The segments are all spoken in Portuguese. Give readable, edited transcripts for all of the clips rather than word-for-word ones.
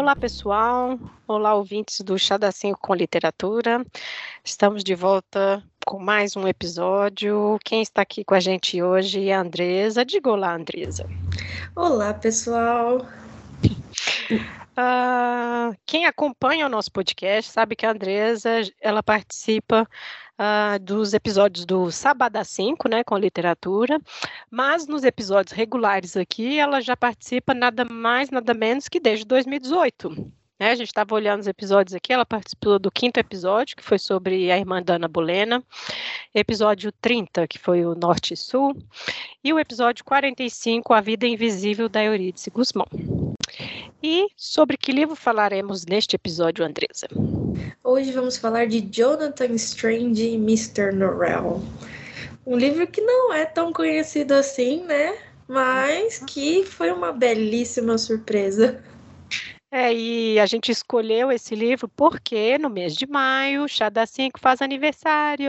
Olá, pessoal. Olá, ouvintes do Chá da 5 com Literatura. Estamos de volta com mais um episódio. Quem está aqui com a gente hoje é a Andresa. Diga olá, Andresa. Olá, pessoal. Quem acompanha o nosso podcast sabe que a Andresa, ela participa dos episódios do Sábado às 5, né, com literatura, mas nos episódios regulares aqui, ela já participa nada mais, nada menos que desde 2018. Né? A gente estava olhando os episódios aqui, ela participou do 5º episódio, que foi sobre a irmã da Ana Bolena, episódio 30, que foi o Norte e Sul, e o episódio 45, A Vida Invisível, da Eurídice Gusmão. E sobre que livro falaremos neste episódio, Andresa? Hoje vamos falar de Jonathan Strange e Mr. Norrell. Um livro que não é tão conhecido assim, né? Mas que foi uma belíssima surpresa. E a gente escolheu esse livro porque no mês de maio, o Chá da 5 faz aniversário.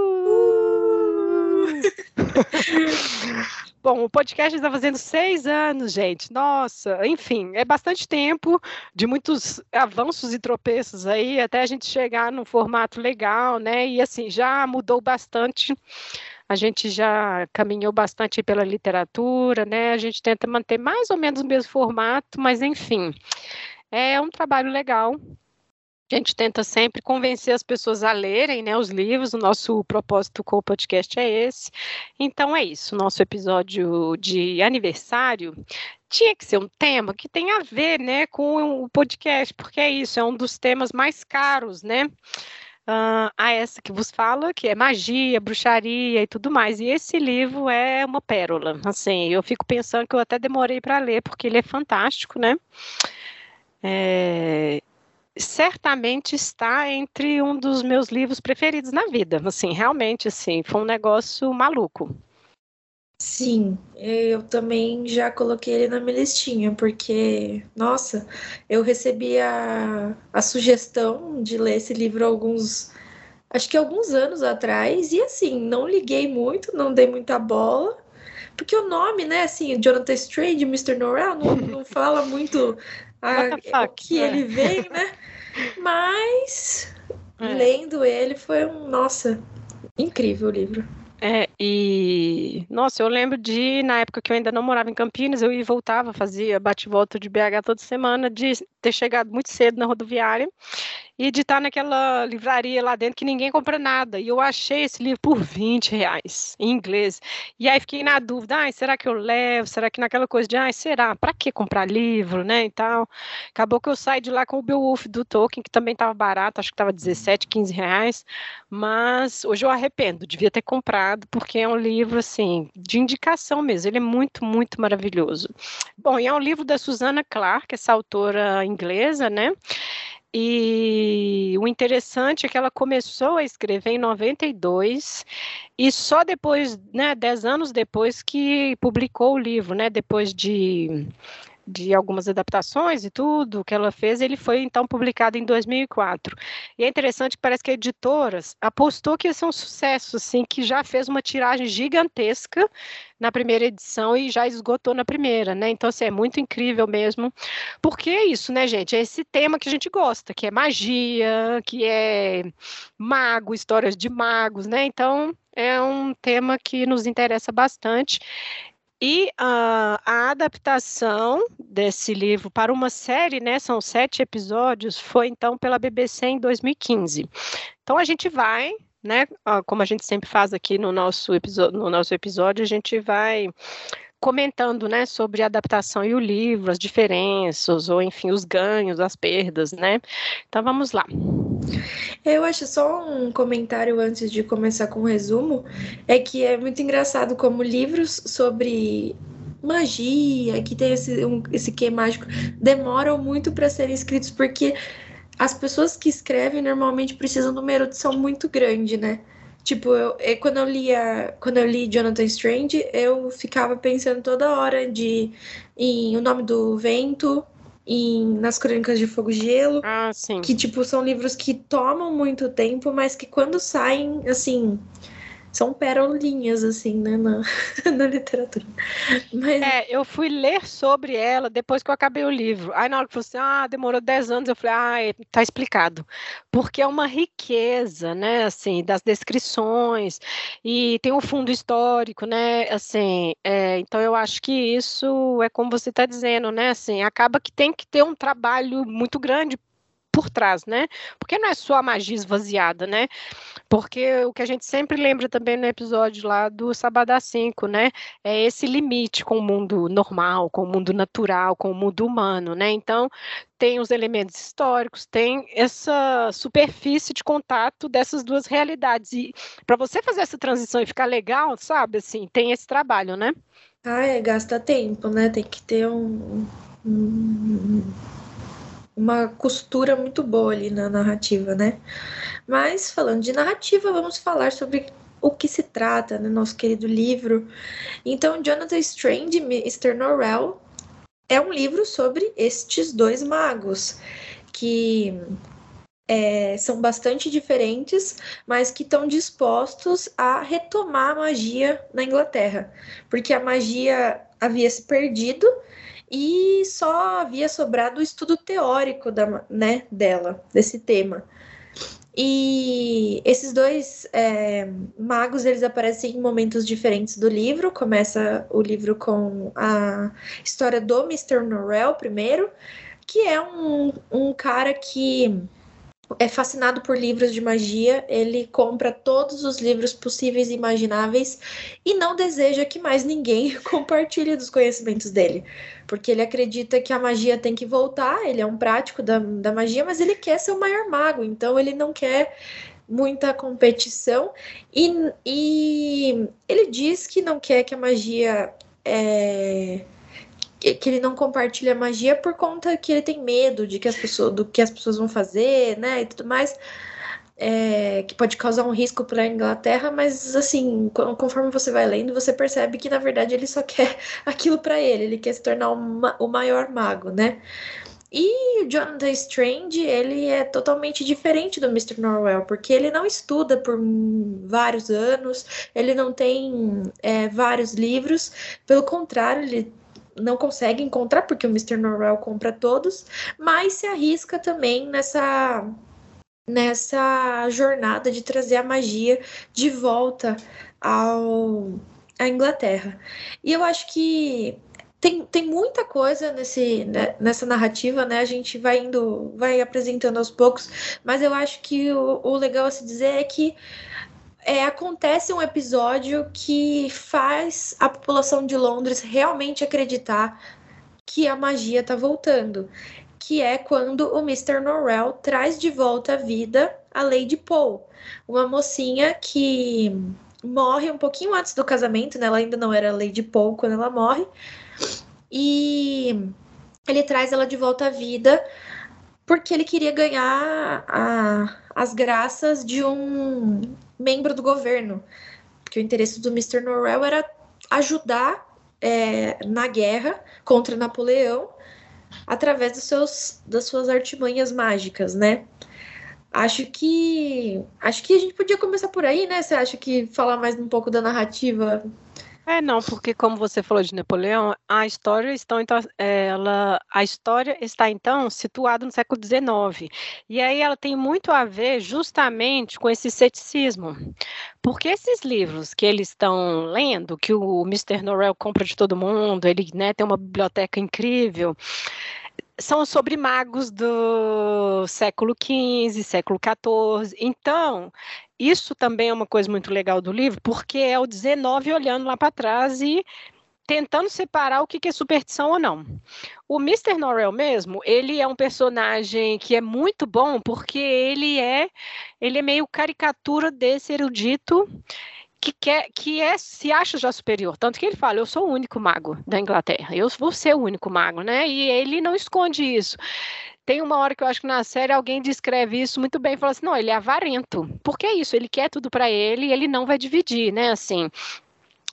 Bom, o podcast está fazendo 6 anos, gente. Nossa, enfim, é bastante tempo, de muitos avanços e tropeços aí, até a gente chegar num formato legal, né? E assim, já mudou bastante. A gente já caminhou bastante pela literatura, né? A gente tenta manter mais ou menos o mesmo formato, mas enfim, é um trabalho legal. A gente tenta sempre convencer as pessoas a lerem, né, os livros. O nosso propósito com o podcast é esse. Então é isso, nosso episódio de aniversário tinha que ser um tema que tem a ver, né, com o podcast, porque é isso, é um dos temas mais caros, né, a essa que vos fala, que é magia, bruxaria e tudo mais. E esse livro é uma pérola. Assim, eu fico pensando que eu até demorei para ler, porque ele é fantástico, né? Certamente está entre um dos meus livros preferidos na vida. Assim, realmente, assim, foi um negócio maluco. Sim, eu também já coloquei ele na minha listinha, porque, nossa, eu recebi a sugestão de ler esse livro acho que alguns anos atrás, e assim, não liguei muito, não dei muita bola, porque o nome, né, assim, Jonathan Strange, Mr. Norrell, não fala muito o que ele vem, né? Mas lendo ele foi nossa, incrível o livro. Nossa, eu lembro na época que eu ainda não morava em Campinas, eu ia e voltava, fazia bate-volta de BH toda semana, de ter chegado muito cedo na rodoviária e de estar naquela livraria lá dentro que ninguém compra nada. E eu achei esse livro por R$20, em inglês. E aí fiquei na dúvida, será que eu levo? Será que naquela coisa de, será? Para que comprar livro, né, e tal? Acabou que eu saí de lá com o Beowulf do Tolkien, que também estava barato, acho que estava R$17, R$15, mas hoje eu arrependo, devia ter comprado, porque é um livro, assim, de indicação mesmo, ele é muito, muito maravilhoso. Bom, e é um livro da Susanna Clarke, essa autora inglesa, né? E o interessante é que ela começou a escrever em 92 e só depois, né, 10 anos depois que publicou o livro, né, depois de algumas adaptações e tudo que ela fez, ele foi então publicado em 2004. E é interessante que parece que a editora apostou que ia ser um sucesso, assim, que já fez uma tiragem gigantesca na primeira edição e já esgotou na primeira, né? Então, assim, é muito incrível mesmo. Porque é isso, né, gente? É esse tema que a gente gosta, que é magia, que é mago, histórias de magos, né? Então, é um tema que nos interessa bastante. E a adaptação desse livro para uma série, né, são 7 episódios, foi então pela BBC em 2015. Então a gente vai, né, como a gente sempre faz aqui no nosso episódio, a gente vai comentando, né, sobre a adaptação e o livro, as diferenças, ou enfim, os ganhos, as perdas, né? Então vamos lá. Eu acho só um comentário antes de começar com o resumo, é que é muito engraçado como livros sobre magia, que tem esse quê mágico, demoram muito para serem escritos, porque as pessoas que escrevem normalmente precisam de uma erudição muito grande, né? Tipo, quando eu li Jonathan Strange, eu ficava pensando toda hora em O Nome do Vento, nas Crônicas de Fogo e Gelo, sim. que, tipo, são livros que tomam muito tempo, mas que quando saem, assim, são pérolinhas, assim, né, na, na literatura. Mas... eu fui ler sobre ela depois que eu acabei o livro. Aí na hora que você, demorou 10 anos, eu falei, tá explicado. Porque é uma riqueza, né, assim, das descrições, e tem um fundo histórico, né, assim, então eu acho que isso é como você está dizendo, né, assim, acaba que tem que ter um trabalho muito grande por trás, né, porque não é só a magia esvaziada, né, porque o que a gente sempre lembra também no episódio lá do Sabadá 5, né? É esse limite com o mundo normal, com o mundo natural, com o mundo humano, né? Então, tem os elementos históricos, tem essa superfície de contato dessas duas realidades. E para você fazer essa transição e ficar legal, sabe? Assim, tem esse trabalho, né? Gasta tempo, né? Tem que ter uma costura muito boa ali na narrativa, né? Mas falando de narrativa, vamos falar sobre o que se trata, né? Nosso querido livro. Então, Jonathan Strange e Mr. Norrell é um livro sobre estes dois magos que são bastante diferentes, mas que estão dispostos a retomar a magia na Inglaterra, porque a magia havia se perdido e só havia sobrado o estudo teórico dela, desse tema. E esses dois magos, eles aparecem em momentos diferentes do livro. Começa o livro com a história do Mr. Norrell primeiro, que é um cara que é fascinado por livros de magia, ele compra todos os livros possíveis e imagináveis e não deseja que mais ninguém compartilhe dos conhecimentos dele, porque ele acredita que a magia tem que voltar, ele é um prático da magia, mas ele quer ser o maior mago, então ele não quer muita competição e ele diz que não quer que a magia que ele não compartilha magia por conta que ele tem medo de que do que as pessoas vão fazer, né, e tudo mais, que pode causar um risco para a Inglaterra, mas assim, conforme você vai lendo, você percebe que na verdade ele só quer aquilo para ele quer se tornar o maior mago, né? E o Jonathan Strange, ele é totalmente diferente do Mr. Norrell, porque ele não estuda por vários anos, ele não tem vários livros, pelo contrário, ele não consegue encontrar, porque o Mr. Norrell compra todos, mas se arrisca também nessa jornada de trazer a magia de volta à Inglaterra. E eu acho que tem muita coisa nessa narrativa, né? A gente vai apresentando aos poucos, mas eu acho que o legal a se dizer é que acontece um episódio que faz a população de Londres realmente acreditar que a magia tá voltando, que é quando o Mr. Norrell traz de volta à vida a Lady Pole, uma mocinha que morre um pouquinho antes do casamento, né? Ela ainda não era Lady Pole quando ela morre, e ele traz ela de volta à vida porque ele queria ganhar as graças de um membro do governo, porque o interesse do Mr. Norrell era ajudar na guerra contra Napoleão através das suas artimanhas mágicas, né? Acho que a gente podia começar por aí, né? Você acha que falar mais um pouco da narrativa? Não, porque como você falou de Napoleão, a história está então situada no século XIX. E aí ela tem muito a ver justamente com esse ceticismo. Porque esses livros que eles estão lendo, que o Mr. Norrell compra de todo mundo, ele, né, tem uma biblioteca incrível, são sobre magos do século XV, século XIV. Então, isso também é uma coisa muito legal do livro, porque é o 19 olhando lá para trás e tentando separar o que é superstição ou não. O Mr. Norrell mesmo, ele é um personagem que é muito bom, porque ele é meio caricatura desse erudito que se acha já superior, tanto que ele fala, eu sou o único mago da Inglaterra, eu vou ser o único mago, né? E ele não esconde isso. Tem uma hora que eu acho que na série alguém descreve isso muito bem, fala assim, não, ele é avarento, porque é isso, ele quer tudo para ele e ele não vai dividir, né? Assim,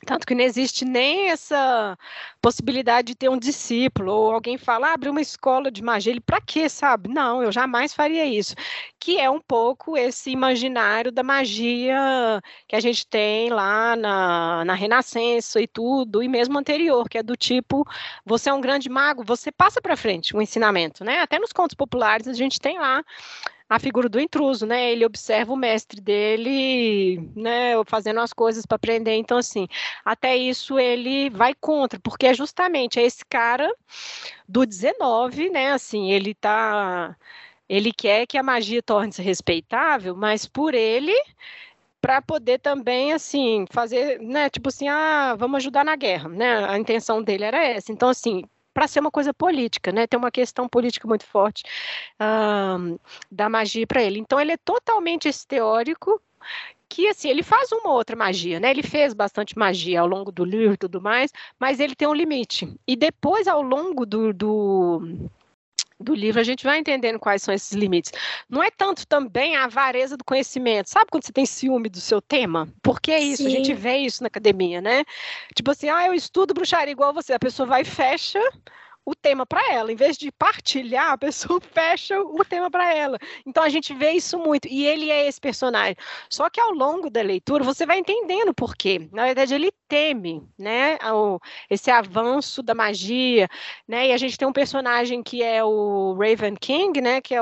Tanto que não existe nem essa possibilidade de ter um discípulo, ou alguém fala, abrir uma escola de magia, ele para quê, sabe? Não, eu jamais faria isso. Que é um pouco esse imaginário da magia que a gente tem lá na Renascença e tudo, e mesmo anterior, que é do tipo, você é um grande mago, você passa para frente o ensinamento, né? Até nos contos populares a gente tem lá a figura do intruso, né? Ele observa o mestre dele, né, fazendo as coisas para aprender. Então, assim, até isso ele vai contra, porque é justamente esse cara do 19, né? Assim, ele quer que a magia torne-se respeitável, mas por ele para poder também assim fazer, né, tipo assim, vamos ajudar na guerra, né? A intenção dele era essa. Então, assim, para ser uma coisa política, né? Tem uma questão política muito forte da magia para ele. Então, ele é totalmente esse teórico que, assim, ele faz uma outra magia, né? Ele fez bastante magia ao longo do livro e tudo mais, mas ele tem um limite. E depois, ao longo do livro, a gente vai entendendo quais são esses limites. Não é tanto também a avareza do conhecimento. Sabe quando você tem ciúme do seu tema? Porque é isso, a gente vê isso na academia, né? Tipo assim, eu estudo bruxaria igual você. A pessoa vai e fecha o tema para ela. Em vez de partilhar, a pessoa fecha o tema para ela. Então a gente vê isso muito. E ele é esse personagem. Só que ao longo da leitura você vai entendendo por quê. Na verdade, ele teme, né, esse avanço da magia, né? E a gente tem um personagem que é o Raven King, né? Que é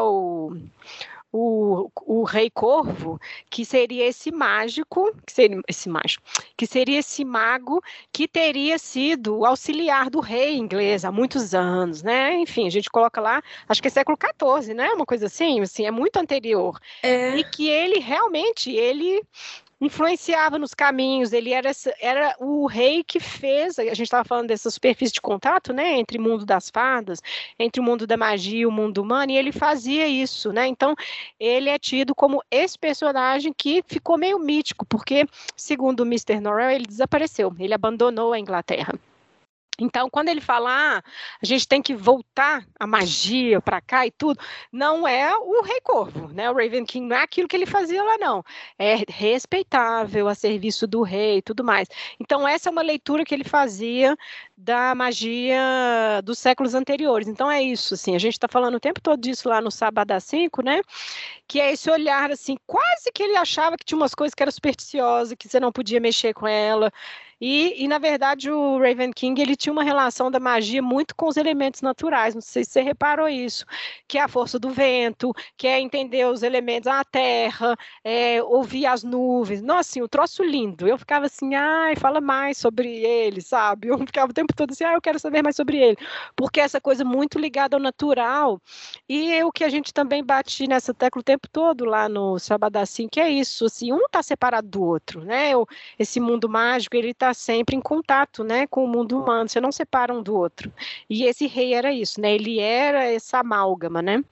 o Rei Corvo, que seria esse mágico, que seria esse mago que teria sido o auxiliar do rei inglês há muitos anos, né? Enfim, a gente coloca lá, acho que é século XIV, né? Uma coisa assim, é muito anterior. E que ele realmente, ele influenciava nos caminhos, ele era o rei que fez, a gente estava falando dessa superfície de contato, né, entre o mundo das fadas, entre o mundo da magia e o mundo humano, e ele fazia isso, né, então ele é tido como esse personagem que ficou meio mítico, porque, segundo o Mr. Norrell, ele desapareceu, ele abandonou a Inglaterra. Então, quando ele fala, a gente tem que voltar a magia para cá e tudo, não é o Rei Corvo, né? O Raven King não é aquilo que ele fazia lá, não. É respeitável, a serviço do rei e tudo mais. Então, essa é uma leitura que ele fazia da magia dos séculos anteriores. Então, é isso, assim, a gente está falando o tempo todo disso lá no Sábado às 5, né? Que é esse olhar, assim, quase que ele achava que tinha umas coisas que eram supersticiosas, que você não podia mexer com ela. E, na verdade, o Raven King, ele tinha uma relação da magia muito com os elementos naturais, não sei se você reparou isso, que é a força do vento, que é entender os elementos, a terra, ouvir as nuvens. Nossa, assim, um troço lindo. Eu ficava assim, fala mais sobre ele, sabe? Eu ficava o tempo todo assim, eu quero saber mais sobre ele. Porque essa coisa muito ligada ao natural. E é o que a gente também bate nessa tecla o tempo todo lá no Sábado assim, que é isso, assim, um está separado do outro, né? Esse mundo mágico, ele está sempre em contato, né, com o mundo humano, você não separa um do outro. E esse rei era isso, né? Ele era essa amálgama, né?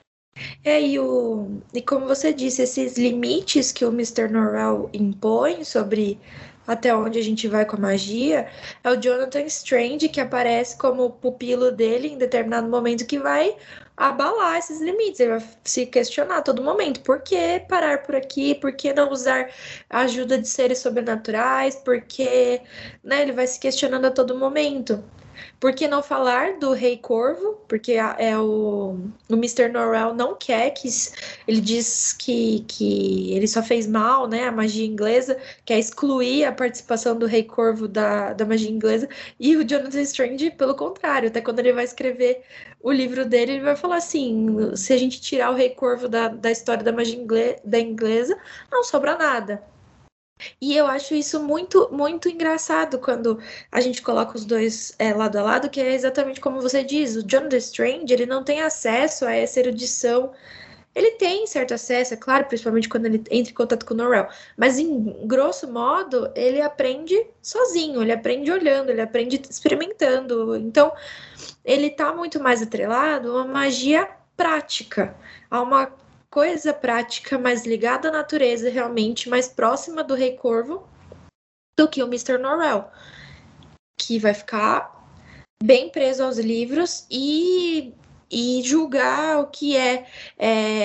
E como você disse, esses limites que o Mr. Norrell impõe sobre até onde a gente vai com a magia, é o Jonathan Strange que aparece como pupilo dele em determinado momento que vai abalar esses limites. Ele vai se questionar a todo momento. Por que parar por aqui? Por que não usar a ajuda de seres sobrenaturais? Porque, né, ele vai se questionando a todo momento. Por que não falar do Rei Corvo? Porque o Mr. Norrell não quer que. Ele diz que ele só fez mal, né? A magia inglesa, quer excluir a participação do Rei Corvo da magia inglesa. E o Jonathan Strange, pelo contrário, até quando ele vai escrever o livro dele, ele vai falar assim: se a gente tirar o Rei Corvo da história da magia inglesa, não sobra nada. E eu acho isso muito, muito engraçado quando a gente coloca os dois lado a lado, que é exatamente como você diz, o Jonathan Strange, ele não tem acesso a essa erudição. Ele tem certo acesso, é claro, principalmente quando ele entra em contato com o Norrell, mas em grosso modo, ele aprende sozinho, ele aprende olhando, ele aprende experimentando. Então, ele está muito mais atrelado a uma magia prática, a uma coisa prática mais ligada à natureza, realmente mais próxima do Rei Corvo do que o Mr. Norrell, que vai ficar bem preso aos livros e julgar o que é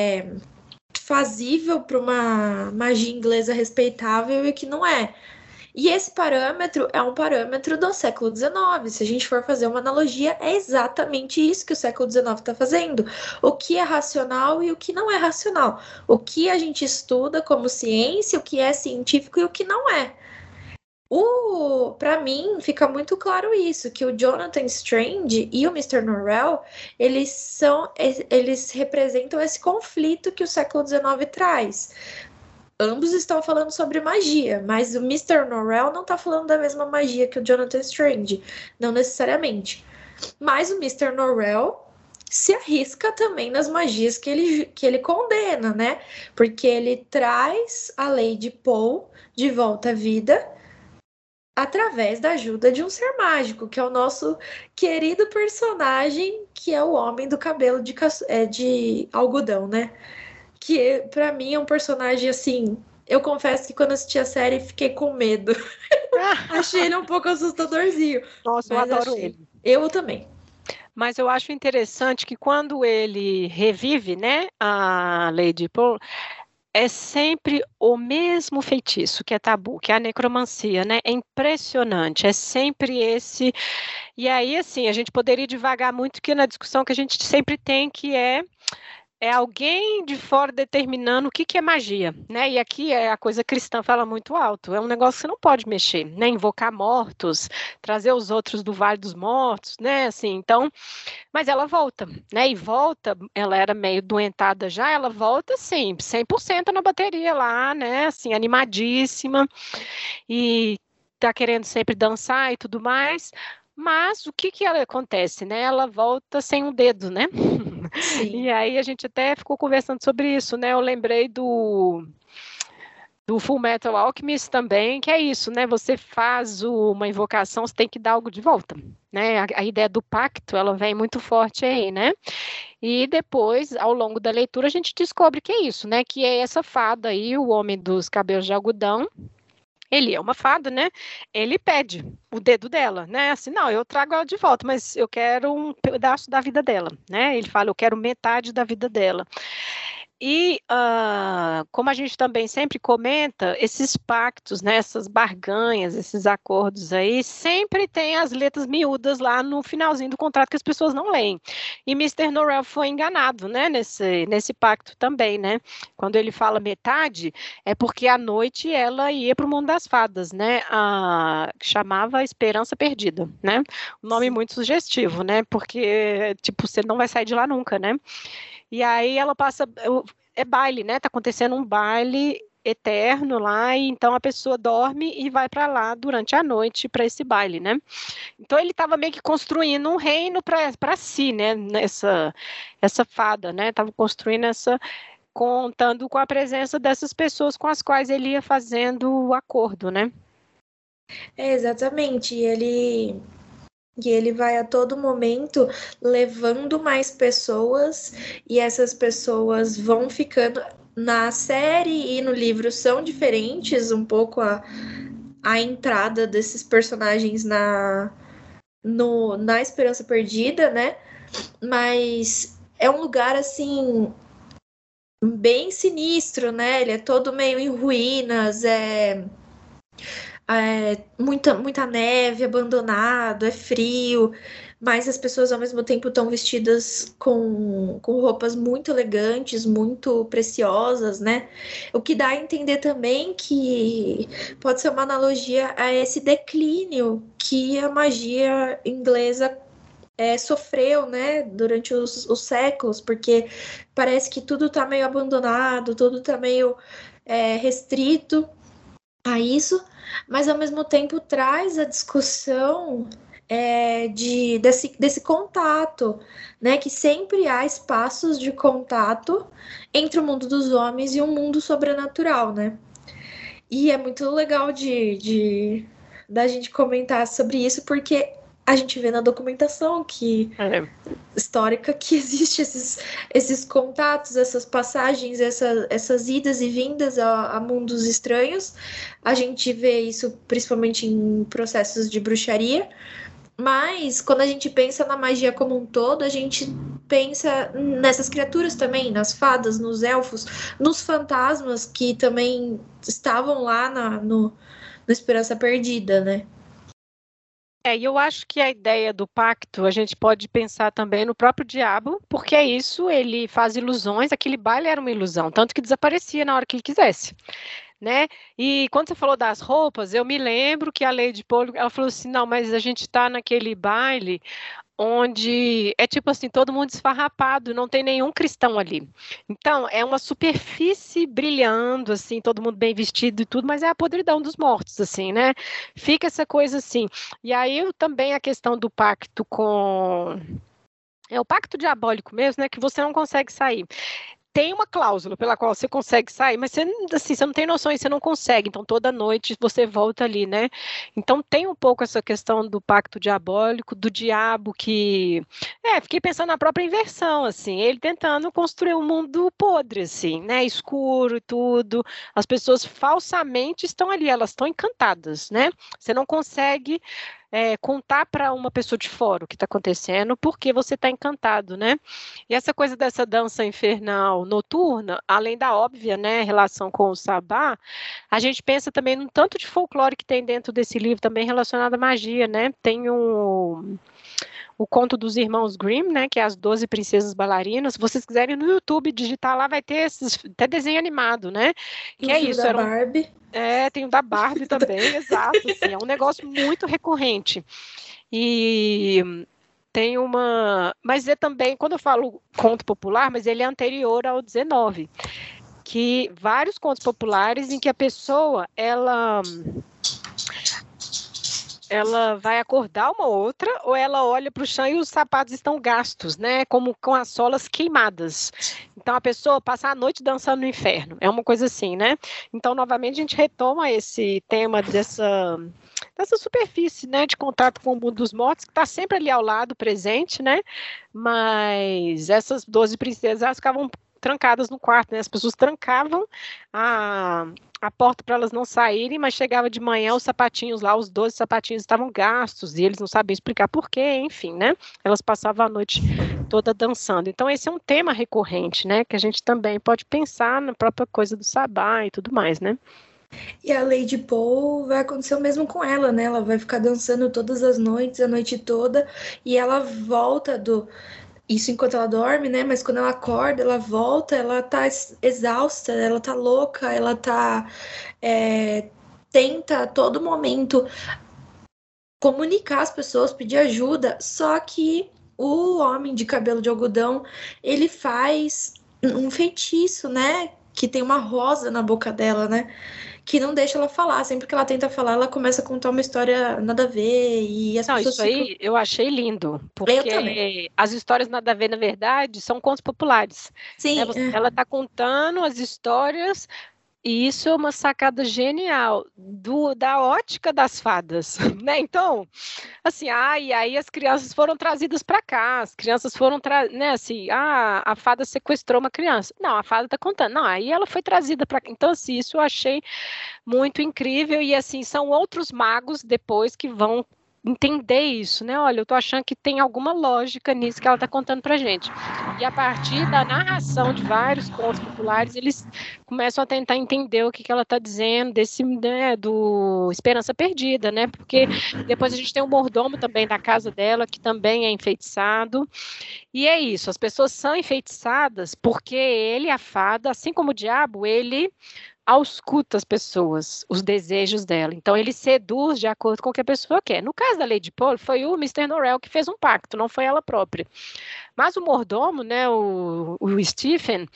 fazível para uma magia inglesa respeitável e o que não é. E esse parâmetro é um parâmetro do século XIX. Se a gente for fazer uma analogia, é exatamente isso que o século XIX está fazendo. O que é racional e o que não é racional. O que a gente estuda como ciência, o que é científico e o que não é. Para mim, fica muito claro isso, que o Jonathan Strange e o Mr. Norrell, eles representam esse conflito que o século XIX traz. Ambos estão falando sobre magia, mas o Mr. Norrell não está falando da mesma magia que o Jonathan Strange, não necessariamente. Mas o Mr. Norrell se arrisca também nas magias que ele condena, né? Porque ele traz a Lady Poe de volta à vida através da ajuda de um ser mágico, que é o nosso querido personagem, que é o homem do cabelo de algodão, né? Que pra mim é um personagem assim. Eu confesso que quando assisti a série fiquei com medo. Achei ele um pouco assustadorzinho. Nossa, eu adoro ele. Eu também. Mas eu acho interessante que quando ele revive, né, a Lady Poe, é sempre o mesmo feitiço que é tabu, que é a necromancia, né? É impressionante, é sempre esse. E aí, assim, a gente poderia divagar muito que na discussão que a gente sempre tem, que é alguém de fora determinando o que é magia, né? E aqui a coisa cristã fala muito alto. É um negócio que você não pode mexer, né? Invocar mortos, trazer os outros do Vale dos Mortos, né? Assim, então, mas ela volta, né? E volta, ela era meio doentada já, ela volta, sim, 100% na bateria lá, né? Assim, animadíssima e tá querendo sempre dançar e tudo mais. Mas o que ela acontece, né? Ela volta sem um dedo, né? Sim. E aí a gente até ficou conversando sobre isso, né? Eu lembrei do Full Metal Alchemist também, que é isso, né? Você faz uma invocação, você tem que dar algo de volta, né? A ideia do pacto, ela vem muito forte aí, né? E depois, ao longo da leitura, a gente descobre que é isso, né? Que é essa fada aí, o homem dos cabelos de algodão. Ele é uma fada, né? Ele pede o dedo dela, né? Assim, não, eu trago ela de volta, mas eu quero um pedaço da vida dela, né? Ele fala, eu quero metade da vida dela. E como a gente também sempre comenta, esses pactos, né, essas barganhas, esses acordos aí, sempre tem as letras miúdas lá no finalzinho do contrato que as pessoas não leem. E Mr. Norrell foi enganado, né, nesse pacto também, né? Quando ele fala metade, é porque à noite ela ia para o mundo das fadas, né? Chamava Esperança Perdida, né? Um nome muito sugestivo, né? Porque, tipo, você não vai sair de lá nunca, né? E aí ela passa, é baile, né? Tá acontecendo um baile eterno lá, e então a pessoa dorme e vai para lá durante a noite para esse baile, né? Então ele estava meio que construindo um reino para si, né? Essa fada, né? Tava construindo contando com a presença dessas pessoas com as quais ele ia fazendo o acordo, né? Exatamente. E ele vai a todo momento levando mais pessoas, e essas pessoas vão ficando. Na série e no livro são diferentes um pouco a entrada desses personagens na Esperança Perdida, né? Mas é um lugar assim bem sinistro, né? Ele é todo meio em ruínas, muita neve, abandonado, é frio, mas as pessoas ao mesmo tempo estão vestidas com roupas muito elegantes, muito preciosas, né? O que dá a entender também que pode ser uma analogia a esse declínio que a magia inglesa sofreu, né, durante os séculos, porque parece que tudo está meio abandonado, tudo está meio restrito a isso, mas ao mesmo tempo traz a discussão desse contato, né? Que sempre há espaços de contato entre o mundo dos homens e o mundo sobrenatural, né? E é muito legal da gente comentar sobre isso, porque a gente vê na documentação histórica que existe esses contatos, essas passagens, essas idas e vindas a mundos estranhos. A gente vê isso principalmente em processos de bruxaria, mas quando a gente pensa na magia como um todo, a gente pensa nessas criaturas também, nas fadas, nos elfos, nos fantasmas que também estavam lá no Esperança Perdida, né? E eu acho que a ideia do pacto, a gente pode pensar também no próprio diabo, porque é isso, ele faz ilusões, aquele baile era uma ilusão, tanto que desaparecia na hora que ele quisesse, né? E quando você falou das roupas, eu me lembro que a Lady Polo, ela falou assim, não, mas a gente está naquele baile onde é tipo assim, todo mundo esfarrapado, não tem nenhum cristão ali. Então, é uma superfície brilhando, assim, todo mundo bem vestido e tudo, mas é a podridão dos mortos, assim, né? Fica essa coisa assim. E aí também a questão do pacto com. É o pacto diabólico mesmo, né? Que você não consegue sair. Tem uma cláusula pela qual você consegue sair, mas você, assim, você não tem noção e você não consegue. Então, toda noite você volta ali, né? Então, tem um pouco essa questão do pacto diabólico, do diabo que... fiquei pensando na própria inversão, assim. Ele tentando construir um mundo podre, assim, né? Escuro e tudo. As pessoas falsamente estão ali, elas estão encantadas, né? Você não consegue... contar para uma pessoa de fora o que está acontecendo, porque você está encantado, né? E essa coisa dessa dança infernal noturna, além da óbvia, né, relação com o sabá, a gente pensa também num tanto de folclore que tem dentro desse livro também relacionado à magia, né? Tem o conto dos irmãos Grimm, né, que é as 12 princesas bailarinas. Se vocês quiserem no YouTube digitar lá, vai ter até desenho animado, né? E Que o é filme isso, da Barbie. tem o da Barbie também, exato, assim, é um negócio muito recorrente. E tem uma... Mas é também, quando eu falo conto popular, mas ele é anterior ao 19, que vários contos populares em que a pessoa, ela vai acordar uma outra, ou ela olha para o chão e os sapatos estão gastos, né? Como com as solas queimadas. Então a pessoa passa a noite dançando no inferno. É uma coisa assim, né? Então, novamente, a gente retoma esse tema dessa superfície, né, de contato com o mundo dos mortos, que está sempre ali ao lado, presente, né? Mas essas 12 princesas, elas ficavam trancadas no quarto, né? As pessoas trancavam a porta para elas não saírem, mas chegava de manhã os sapatinhos lá, os 12 sapatinhos estavam gastos, e eles não sabiam explicar por quê, enfim, né? Elas passavam a noite toda dançando. Então, esse é um tema recorrente, né? Que a gente também pode pensar na própria coisa do sabá e tudo mais, né? E a Lady Paul vai acontecer o mesmo com ela, né? Ela vai ficar dançando todas as noites, a noite toda, e ela volta do. Isso enquanto ela dorme, né? Mas quando ela acorda, ela volta, ela tá exausta, ela tá louca, ela tá. Tenta a todo momento comunicar às pessoas, pedir ajuda, só que o homem de cabelo de algodão, ele faz um feitiço, né? Que tem uma rosa na boca dela, né? Que não deixa ela falar. Sempre que ela tenta falar, ela começa a contar uma história nada a ver e as Não, pessoas isso ficam. aí eu achei lindo, Eu também. porque as histórias nada a ver, na verdade, são contos populares, né? Sim, Ela está contando as histórias. E isso é uma sacada genial da ótica das fadas, né? Então, assim, e aí as crianças foram trazidas para cá, as crianças foram, né, assim, a fada sequestrou uma criança. Não, a fada está contando. Não, aí ela foi trazida para cá. Então, assim, isso eu achei muito incrível e, assim, são outros magos depois que vão entender isso, né? Olha, eu tô achando que tem alguma lógica nisso que ela está contando para gente. E a partir da narração de vários contos populares, eles começam a tentar entender o que ela está dizendo desse, né, do Esperança Perdida, né? Porque depois a gente tem o mordomo também da casa dela, que também é enfeitiçado. E é isso, as pessoas são enfeitiçadas porque ele, a fada, assim como o diabo, ele ausculta as pessoas, os desejos dela. Então, ele seduz de acordo com o que a pessoa quer. No caso da Lady Pole, foi o Mister Norrell que fez um pacto, não foi ela própria. Mas o mordomo, né, o Stephen,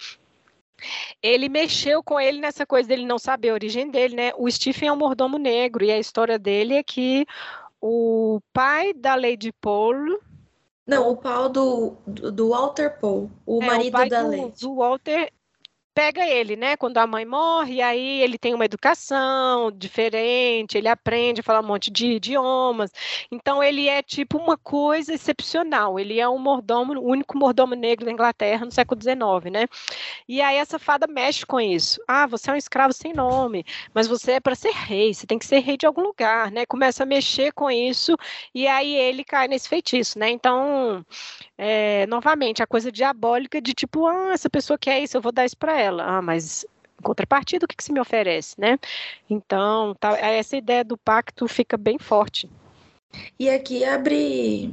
ele mexeu com ele nessa coisa dele não saber a origem dele, né? O Stephen é um mordomo negro e a história dele é que o pai da Lady Pole, não, o pau do Walter Paul, o o marido pai da do Lady. Walter, pega ele, né? Quando a mãe morre, e aí ele tem uma educação diferente, ele aprende a falar um monte de idiomas. Então ele é tipo uma coisa excepcional. Ele é um mordomo, o único mordomo negro da Inglaterra no século XIX, né? E aí essa fada mexe com isso. Você é um escravo sem nome, mas você é para ser rei, você tem que ser rei de algum lugar, né? Começa a mexer com isso e aí ele cai nesse feitiço, né? Então, novamente, a coisa diabólica de tipo, essa pessoa quer isso, eu vou dar isso para ela. Mas Em contrapartida, o que se me oferece, né? Então, essa ideia do pacto fica bem forte. E aqui abre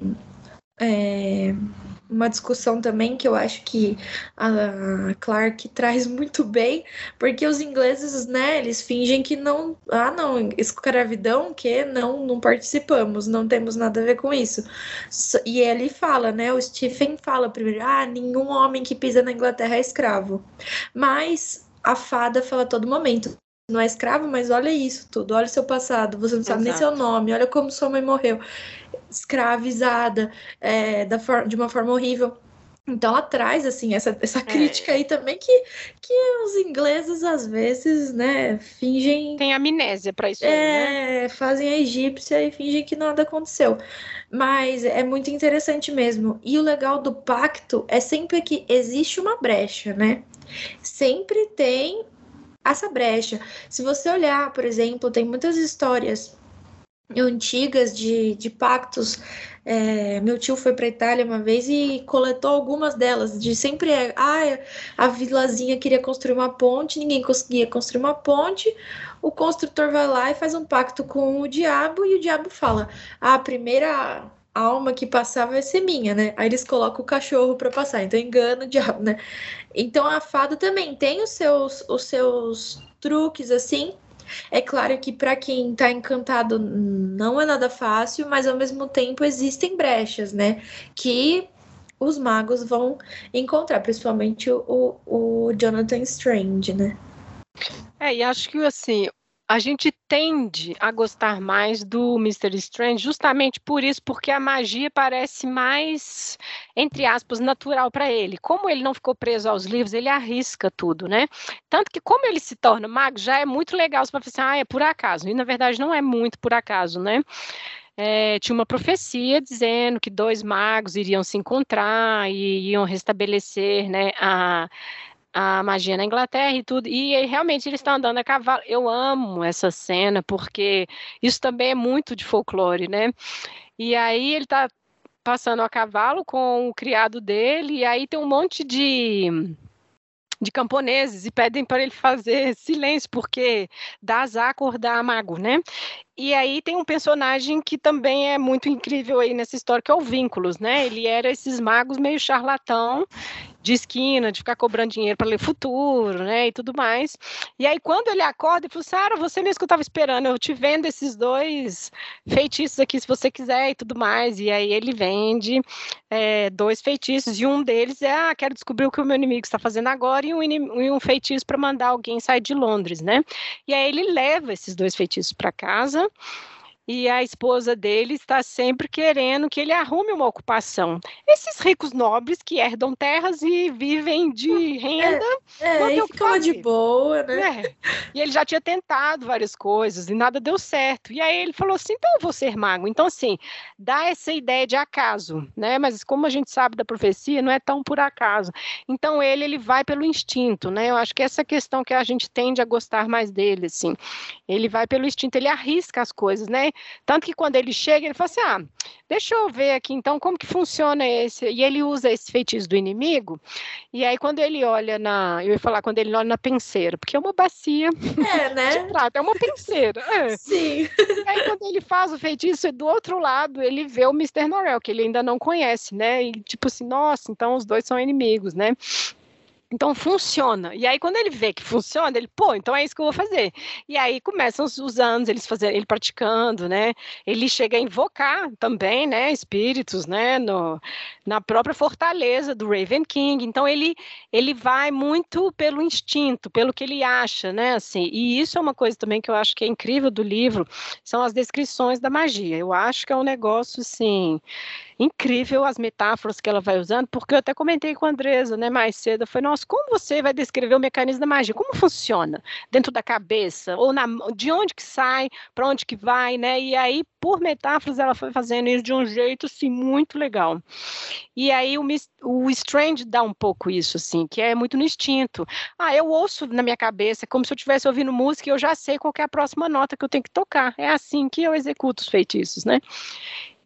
uma discussão também que eu acho que a Clark traz muito bem, porque os ingleses, né, eles fingem que não, não, escravidão, que não participamos, não temos nada a ver com isso. E ele fala, né, o Stephen fala primeiro, nenhum homem que pisa na Inglaterra é escravo. Mas a fada fala a todo momento, não é escravo, mas olha isso tudo, olha o seu passado, você não sabe nem seu nome, olha como sua mãe morreu. Escravizada, de uma forma horrível. Então ela traz assim essa crítica aí também que os ingleses às vezes, né, fingem. Tem amnésia para isso aí, né? Fazem a egípcia e fingem que nada aconteceu. Mas é muito interessante mesmo. E o legal do pacto é sempre que existe uma brecha, né? Sempre tem essa brecha. Se você olhar, por exemplo, tem muitas histórias antigas de pactos. Meu tio foi para Itália uma vez e coletou algumas delas. De sempre a vilazinha queria construir uma ponte, ninguém conseguia construir uma ponte. O construtor vai lá e faz um pacto com o diabo e o diabo fala: a primeira alma que passar vai ser minha, né? Aí eles colocam o cachorro para passar, então engana o diabo, né? Então a fada também tem os seus truques assim. É claro que para quem está encantado não é nada fácil, mas ao mesmo tempo existem brechas, né? Que os magos vão encontrar, principalmente o Jonathan Strange, né? E acho que assim, a gente tende a gostar mais do Mr. Strange justamente por isso, porque a magia parece mais, entre aspas, natural para ele. Como ele não ficou preso aos livros, ele arrisca tudo, né? Tanto que como ele se torna mago, já é muito legal você pensar, é por acaso. E na verdade não é muito por acaso, né? Tinha uma profecia dizendo que 2 magos iriam se encontrar e iam restabelecer, né, a magia na Inglaterra e tudo, e realmente eles estão andando a cavalo. Eu amo essa cena, porque isso também é muito de folclore, né? E aí ele está passando a cavalo com o criado dele, e aí tem um monte de camponeses e pedem para ele fazer silêncio, porque dá azar acordar mago, né? E aí tem um personagem que também é muito incrível aí nessa história, que é o Vínculos, né? Ele era esses magos meio charlatão, de esquina, de ficar cobrando dinheiro para ler futuro, né, e tudo mais. E aí, quando ele acorda, ele fala, Sara, você mesmo que eu estava esperando, eu te vendo esses 2 feitiços aqui, se você quiser, e tudo mais. E aí ele vende 2 feitiços, e um deles é, quero descobrir o que o meu inimigo está fazendo agora, e um feitiço para mandar alguém sair de Londres, né? E aí ele leva esses 2 feitiços para casa, e a esposa dele está sempre querendo que ele arrume uma ocupação. Esses ricos nobres que herdam terras e vivem de renda, não tem e o que ficam fazer. de boa, né? E ele já tinha tentado várias coisas e nada deu certo. E aí ele falou assim, então eu vou ser mago. Então, assim, dá essa ideia de acaso, né? Mas como a gente sabe da profecia, não é tão por acaso. Então ele vai pelo instinto, né? Eu acho que essa questão que a gente tende a gostar mais dele, assim. Ele vai pelo instinto, ele arrisca as coisas, né? Tanto que quando ele chega, ele fala assim, deixa eu ver aqui então como que funciona esse, e ele usa esse feitiço do inimigo, e aí quando ele olha eu ia falar quando ele olha na penseira, porque é uma bacia né? de prata, é uma penseira. Sim. E aí quando ele faz o feitiço, do outro lado, ele vê o Mr. Norrell, que ele ainda não conhece, né, e tipo assim, nossa, então os 2 são inimigos, né? Então funciona. E aí, quando ele vê que funciona, ele, então é isso que eu vou fazer. E aí começam os anos, ele praticando, né? Ele chega a invocar também, né? Espíritos, né? Na própria fortaleza do Raven King. Então ele vai muito pelo instinto, pelo que ele acha, né? Assim, e isso é uma coisa também que eu acho que é incrível do livro, são as descrições da magia. Eu acho que é um negócio, assim, incrível as metáforas que ela vai usando, porque eu até comentei com a Andresa, né, mais cedo, eu falei, nossa, como você vai descrever o mecanismo da magia? Como funciona? Dentro da cabeça? Ou de onde que sai? Para onde que vai? Né? E aí, por metáforas, ela foi fazendo isso de um jeito, assim, muito legal. E aí o Strange dá um pouco isso, assim, que é muito no instinto. Eu ouço na minha cabeça, como se eu estivesse ouvindo música e eu já sei qual é a próxima nota que eu tenho que tocar. É assim que eu executo os feitiços, né?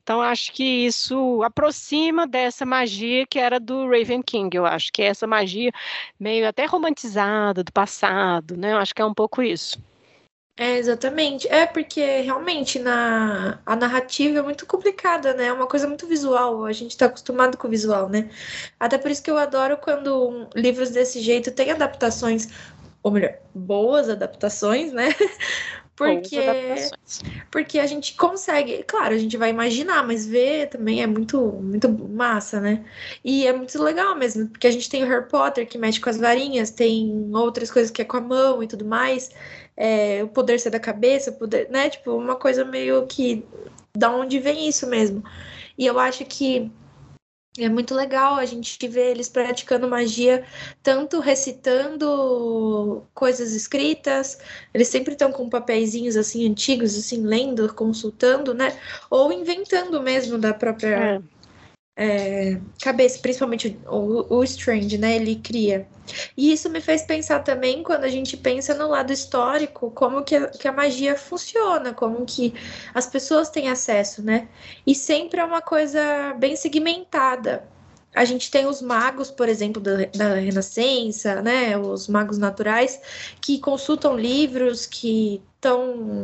Então, acho que isso aproxima dessa magia que era do Raven King, eu acho, que é essa magia meio até romantizada do passado, né? Eu acho que é um pouco isso. É, exatamente. É porque realmente a narrativa é muito complicada, né? É uma coisa muito visual. A gente tá acostumado com o visual, né? Até por isso que eu adoro quando livros desse jeito têm adaptações, ou melhor, boas adaptações, né? Boas Porque, adaptações. porque a gente consegue, claro, a gente vai imaginar, mas ver também é muito massa, né? E é muito legal mesmo, porque a gente tem o Harry Potter que mexe com as varinhas, tem outras coisas que é com a mão e tudo mais, o poder ser da cabeça, o poder, né? Tipo, uma coisa meio que da onde vem isso mesmo. E eu acho que é muito legal a gente ver eles praticando magia, tanto recitando coisas escritas, eles sempre estão com papeizinhos assim antigos, assim, lendo, consultando, né? Ou inventando mesmo da própria cabeça, principalmente o Strange, né? Ele cria. E isso me fez pensar também, quando a gente pensa no lado histórico, como que a magia funciona, como que as pessoas têm acesso, né? E sempre é uma coisa bem segmentada. A gente tem os magos, por exemplo, da Renascença, né? Os magos naturais, que consultam livros, que estão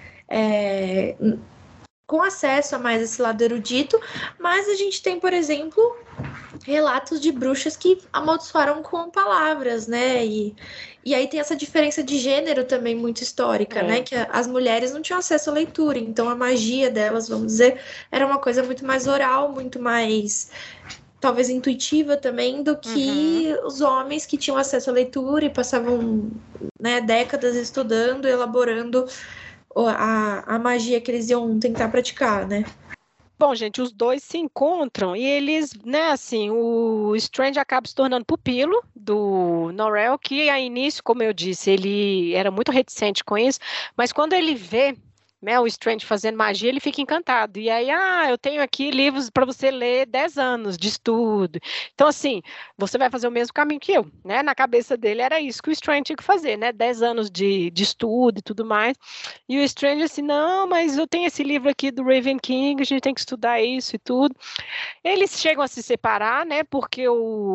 com acesso a mais esse lado erudito, mas a gente tem, por exemplo, relatos de bruxas que amaldiçoaram com palavras, né? E aí tem essa diferença de gênero também muito histórica, né? Que as mulheres não tinham acesso à leitura, então a magia delas, vamos dizer, era uma coisa muito mais oral, muito mais talvez intuitiva também do que os homens que tinham acesso à leitura e passavam, né, décadas estudando, elaborando a magia que eles iam tentar praticar, né? Bom, gente, os dois se encontram e eles, né, assim, o Strange acaba se tornando pupilo do Norrell, que a início, como eu disse, ele era muito reticente com isso, mas quando ele vê, né, o Strange fazendo magia, ele fica encantado. E aí, eu tenho aqui livros para você ler 10 anos de estudo. Então, assim, você vai fazer o mesmo caminho que eu, né? Na cabeça dele era isso que o Strange tinha que fazer, né? 10 anos de estudo e tudo mais. E o Strange assim, não, mas eu tenho esse livro aqui do Raven King, a gente tem que estudar isso e tudo. Eles chegam a se separar, né? Porque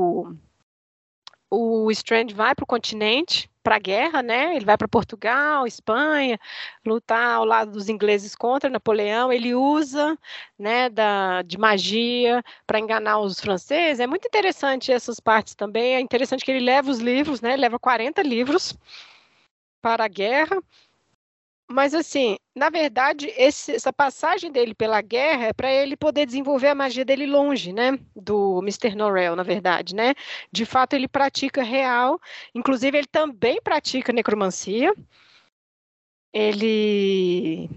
o Strange vai para o continente, para a guerra, né? Ele vai para Portugal, Espanha, lutar ao lado dos ingleses contra Napoleão. Ele usa, né, de magia para enganar os franceses. É muito interessante essas partes também. É interessante que ele leva os livros, né? Ele leva 40 livros para a guerra. Mas, assim, na verdade, essa passagem dele pela guerra é para ele poder desenvolver a magia dele longe, né? Do Mr. Norrell, na verdade, né? De fato, ele pratica real. Inclusive, ele também pratica necromancia. Ele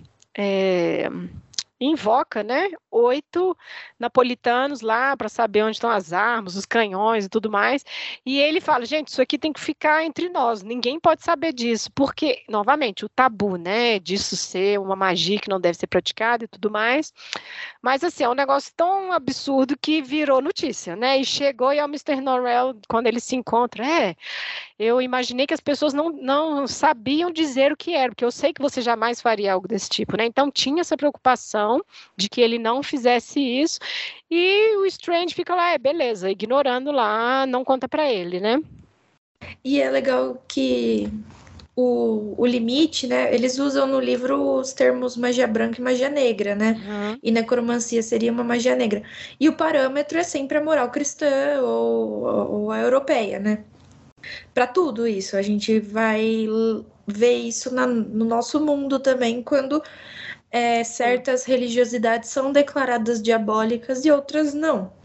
invoca, né, 8 napolitanos lá para saber onde estão as armas, os canhões e tudo mais. E ele fala, gente, isso aqui tem que ficar entre nós, ninguém pode saber disso, porque, novamente, o tabu, né, disso ser uma magia que não deve ser praticada e tudo mais. Mas, assim, é um negócio tão absurdo que virou notícia, né, e chegou e ao Mr. Norrell, quando ele se encontra, eu imaginei que as pessoas não sabiam dizer o que era, porque eu sei que você jamais faria algo desse tipo, né? Então tinha essa preocupação de que ele não fizesse isso, e o Strange fica lá, beleza, ignorando lá, não conta para ele, né? E é legal que o limite, né? Eles usam no livro os termos magia branca e magia negra, né? E necromancia seria uma magia negra. E o parâmetro é sempre a moral cristã ou a europeia, né? Para tudo isso, a gente vai ver isso no nosso mundo também, quando certas religiosidades são declaradas diabólicas e outras não.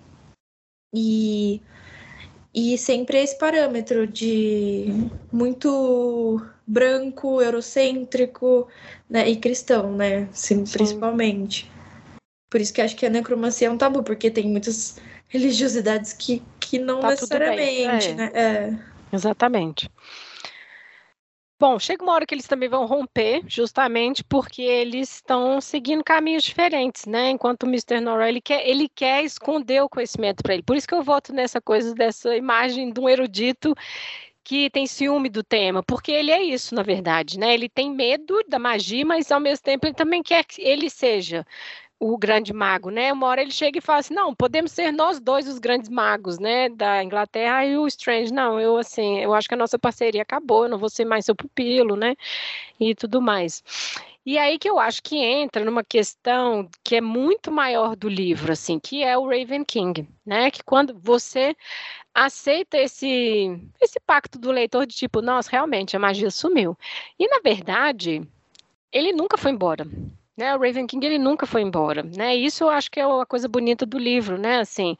E sempre esse parâmetro de muito branco, eurocêntrico, né, e cristão, né? Sim, principalmente. Por isso que acho que a necromancia é um tabu, porque tem muitas religiosidades que não Tá tudo bem. necessariamente, né? Exatamente. Bom, chega uma hora que eles também vão romper, justamente porque eles estão seguindo caminhos diferentes, né? Enquanto o Mr. Norrell, ele quer esconder o conhecimento para ele. Por isso que eu voto nessa coisa, dessa imagem de um erudito que tem ciúme do tema, porque ele é isso, na verdade, né? Ele tem medo da magia, mas ao mesmo tempo ele também quer que ele seja o grande mago, né? Uma hora ele chega e fala assim, não, podemos ser nós dois os grandes magos, né? Da Inglaterra e o Strange, não, eu assim, eu acho que a nossa parceria acabou, eu não vou ser mais seu pupilo, né? E tudo mais. E aí que eu acho que entra numa questão que é muito maior do livro, assim, que é o Raven King, né? Que quando você aceita esse pacto do leitor de tipo, nossa, realmente a magia sumiu. E na verdade, ele nunca foi embora. Né, o Raven King ele nunca foi embora, né? Isso eu acho que é uma coisa bonita do livro, né? Assim,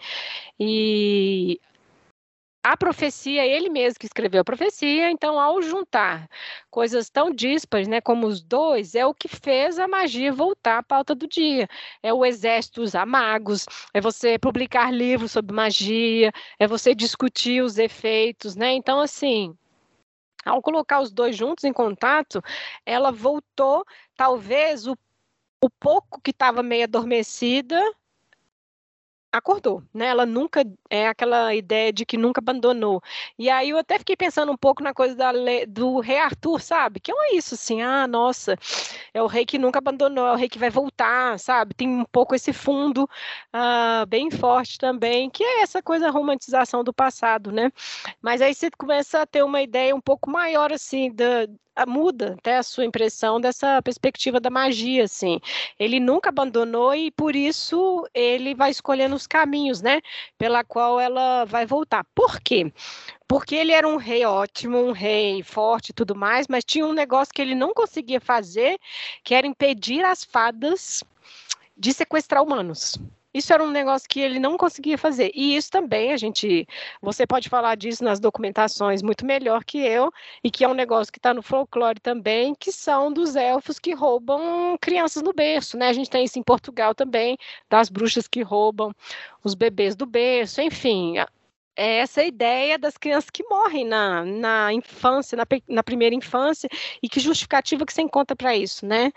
e a profecia, ele mesmo que escreveu a profecia, então ao juntar coisas tão díspares, né, como os dois, é o que fez a magia voltar à pauta do dia. É o exército usar magos, é você publicar livros sobre magia, é você discutir os efeitos, né? Então, assim, ao colocar os dois juntos em contato, ela voltou, talvez o pouco que estava meio adormecida, acordou, né? Ela nunca é aquela ideia de que nunca abandonou. E aí eu até fiquei pensando um pouco na coisa do rei Arthur, sabe? Que é isso, assim, nossa, é o rei que nunca abandonou, é o rei que vai voltar, sabe? Tem um pouco esse fundo bem forte também, que é essa coisa romantização do passado, né? Mas aí você começa a ter uma ideia um pouco maior, assim, muda até a sua impressão dessa perspectiva da magia, assim. Ele nunca abandonou e por isso ele vai escolhendo os caminhos, né, pela qual ela vai voltar. Por quê? Porque ele era um rei ótimo, um rei forte e tudo mais, mas tinha um negócio que ele não conseguia fazer, que era impedir as fadas de sequestrar humanos. Isso era um negócio que ele não conseguia fazer. E isso também, você pode falar disso nas documentações muito melhor que eu, e que é um negócio que está no folclore também, que são dos elfos que roubam crianças no berço, né? A gente tem isso em Portugal também, das bruxas que roubam os bebês do berço, enfim. É essa ideia das crianças que morrem na infância, na primeira infância, e que justificativa que você encontra para isso, né?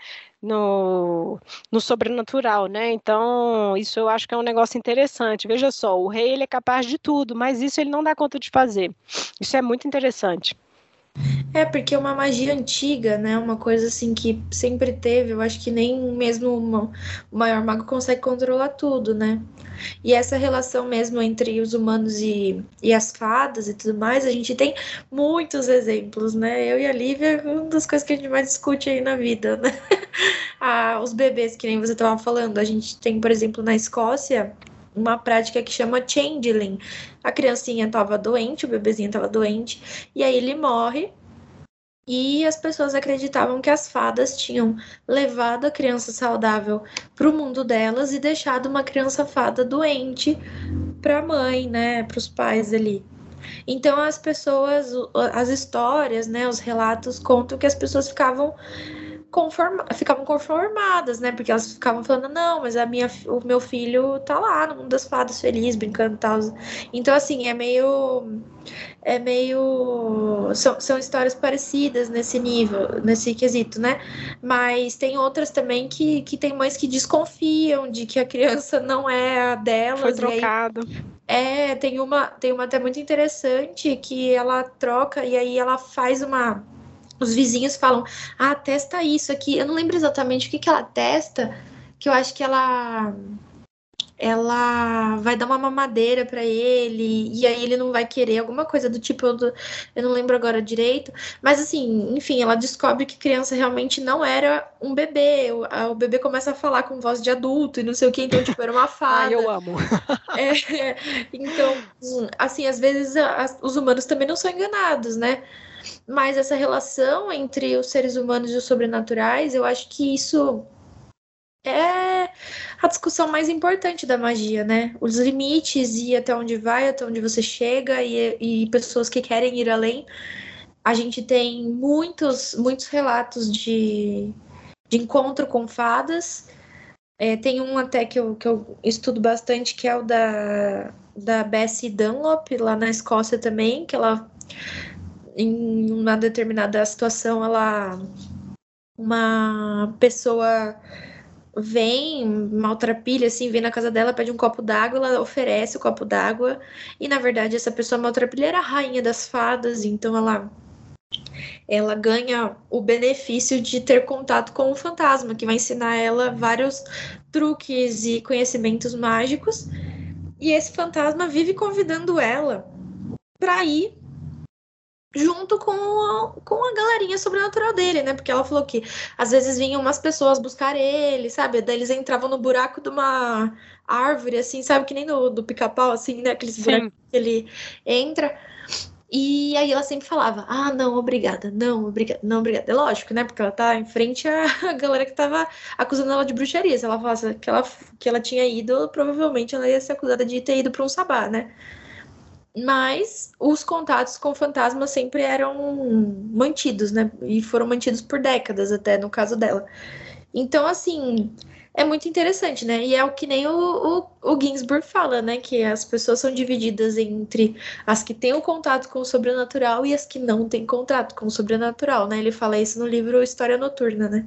No sobrenatural, né? Então, isso eu acho que é um negócio interessante. Veja só, o rei ele é capaz de tudo, mas isso ele não dá conta de fazer. Isso é muito interessante. É, porque é uma magia antiga, né? Uma coisa assim que sempre teve. Eu acho que nem mesmo o maior mago consegue controlar tudo, né? E essa relação mesmo entre os humanos e as fadas e tudo mais, a gente tem muitos exemplos, né? Eu e a Lívia, uma das coisas que a gente mais discute aí na vida, né? Os bebês, que nem você estava falando. A gente tem, por exemplo, na Escócia, uma prática que chama changeling. A criancinha estava doente, o bebezinho estava doente, e aí ele morre. E as pessoas acreditavam que as fadas tinham levado a criança saudável para o mundo delas e deixado uma criança fada doente para a mãe, né, para os pais ali. Então as pessoas, as histórias, né, os relatos contam que as pessoas ficavam conformadas, né? Porque elas ficavam falando, não, mas o meu filho tá lá no mundo das fadas feliz, brincando e tal. Então, assim, são histórias parecidas nesse nível, nesse quesito, né? Mas tem outras também que tem mães que desconfiam de que a criança não é a delas. Foi trocado. Tem uma até muito interessante que ela troca e aí ela faz uma. Os vizinhos falam, testa isso aqui. Eu não lembro exatamente o que ela testa, que eu acho que ela vai dar uma mamadeira para ele, e aí ele não vai querer, alguma coisa do tipo, eu não lembro agora direito, mas assim, enfim, ela descobre que criança realmente não era um bebê, o bebê começa a falar com voz de adulto e não sei o que, então tipo, era uma fada. Eu amo. Então, assim, às vezes os humanos também não são enganados, né? Mas essa relação entre os seres humanos e os sobrenaturais, eu acho que isso é a discussão mais importante da magia, né? Os limites e até onde vai, até onde você chega e pessoas que querem ir além. A gente tem muitos, muitos relatos de encontro com fadas. Tem um até que eu estudo bastante, que é o da Bessie Dunlop, lá na Escócia também, que ela, em uma determinada situação, uma pessoa vem, maltrapilha, assim, vem na casa dela, pede um copo d'água, ela oferece o copo d'água, e na verdade essa pessoa maltrapilha era a rainha das fadas, então ela ela ganha o benefício de ter contato com o fantasma, que vai ensinar ela vários truques e conhecimentos mágicos. E esse fantasma vive convidando ela para ir junto com a galerinha sobrenatural dele, né? Porque ela falou que às vezes vinham umas pessoas buscar ele, sabe? Daí eles entravam no buraco de uma árvore, assim, sabe? Que nem do Pica-Pau, assim, né? Aqueles buracos que ele entra. E aí ela sempre falava, não, obrigada, não, obrigada, não, obrigada. É lógico, né? Porque ela tá em frente à galera que tava acusando ela de bruxaria. Se ela falasse que ela tinha ido, provavelmente ela ia ser acusada de ter ido para um sabá, né? Mas os contatos com fantasmas sempre eram mantidos, né? E foram mantidos por décadas, até no caso dela. Então, assim, é muito interessante, né? E é o que nem o Ginsburg fala, né? Que as pessoas são divididas entre as que têm o contato com o sobrenatural e as que não têm contato com o sobrenatural, né? Ele fala isso no livro História Noturna, né?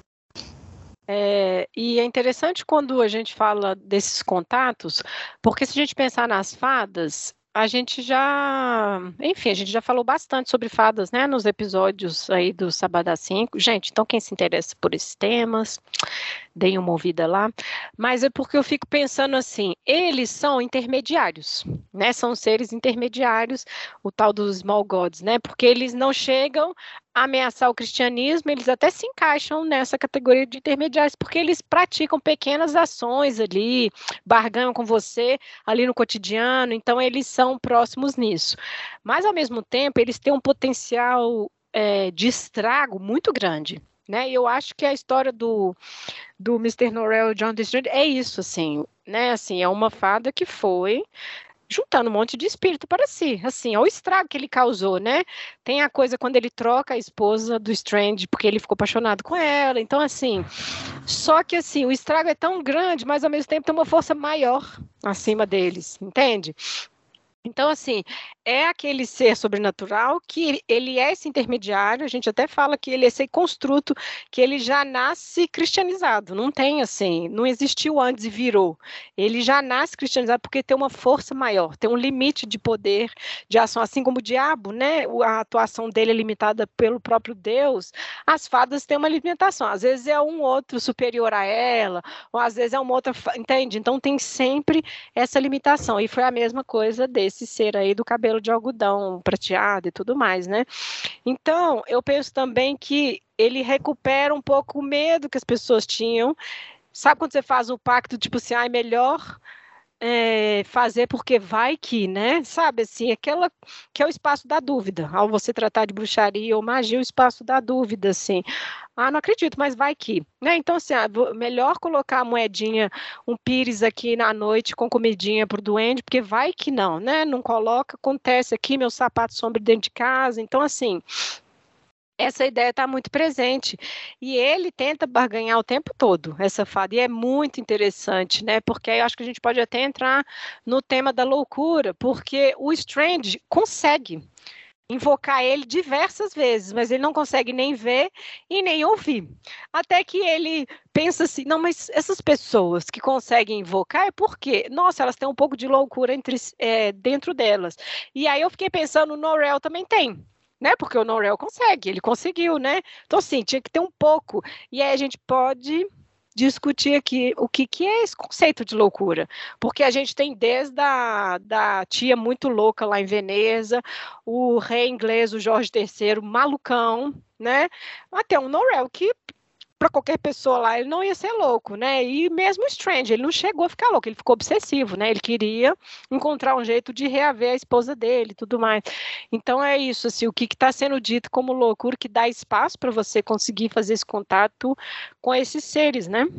E é interessante quando a gente fala desses contatos, porque se a gente pensar nas fadas, a gente já falou bastante sobre fadas, né, nos episódios aí do Sabadá 5. Gente, então quem se interessa por esses temas, deem uma ouvida lá. Mas é porque eu fico pensando assim, eles são intermediários, né, são seres intermediários, o tal dos small gods, né, porque eles não chegam a ameaçar o cristianismo, eles até se encaixam nessa categoria de intermediários, porque eles praticam pequenas ações ali, barganham com você ali no cotidiano, então eles são próximos nisso. Mas, ao mesmo tempo, eles têm um potencial de estrago muito grande, né? E eu acho que a história do Mr. Norrell e John Destrehan é isso, assim, né? Assim, é uma fada que foi juntando um monte de espírito para si, assim, é o estrago que ele causou, né? Tem a coisa quando ele troca a esposa do Strange, porque ele ficou apaixonado com ela, então, assim, só que, assim, o estrago é tão grande, mas, ao mesmo tempo, tem uma força maior acima deles, entende? Então, assim, é aquele ser sobrenatural que ele é esse intermediário, a gente até fala que ele é esse construto, que ele já nasce cristianizado, não tem assim, não existiu antes e virou. Ele já nasce cristianizado porque tem uma força maior, tem um limite de poder, de ação, assim como o diabo, né? A atuação dele é limitada pelo próprio Deus, as fadas têm uma limitação, às vezes é um outro superior a ela, ou às vezes é uma outra, entende? Então tem sempre essa limitação, e foi a mesma coisa desse ser aí do cabelo de algodão prateado e tudo mais, né? Então, eu penso também que ele recupera um pouco o medo que as pessoas tinham. Sabe quando você faz um pacto, tipo assim, é melhor fazer porque vai que, né? Sabe, assim, aquela que é o espaço da dúvida. Ao você tratar de bruxaria ou magia, o espaço da dúvida, assim. Não acredito, mas vai que, né? Então, assim, melhor colocar a moedinha, um pires aqui na noite com comidinha pro duende, porque vai que não, né? Não coloca, acontece aqui, meu sapato sombra dentro de casa. Então, assim, essa ideia está muito presente. E ele tenta barganhar o tempo todo, essa fada. E é muito interessante, né? Porque aí eu acho que a gente pode até entrar no tema da loucura, porque o Strange consegue invocar ele diversas vezes, mas ele não consegue nem ver e nem ouvir. Até que ele pensa assim, não, mas essas pessoas que conseguem invocar é porque, nossa, elas têm um pouco de loucura dentro delas. E aí eu fiquei pensando, o Norrell também tem, né? Porque o Norrell consegue, ele conseguiu, né? Então, assim, tinha que ter um pouco. E aí a gente pode discutir aqui o que é esse conceito de loucura, porque a gente tem desde da tia muito louca lá em Veneza, o rei inglês, o Jorge III, malucão, né? Até o Norrell, que para qualquer pessoa lá, ele não ia ser louco, né? E mesmo o Strange, ele não chegou a ficar louco, ele ficou obsessivo, né? Ele queria encontrar um jeito de reaver a esposa dele e tudo mais. Então é isso, assim, o que está sendo dito como loucura, que dá espaço para você conseguir fazer esse contato com esses seres, né?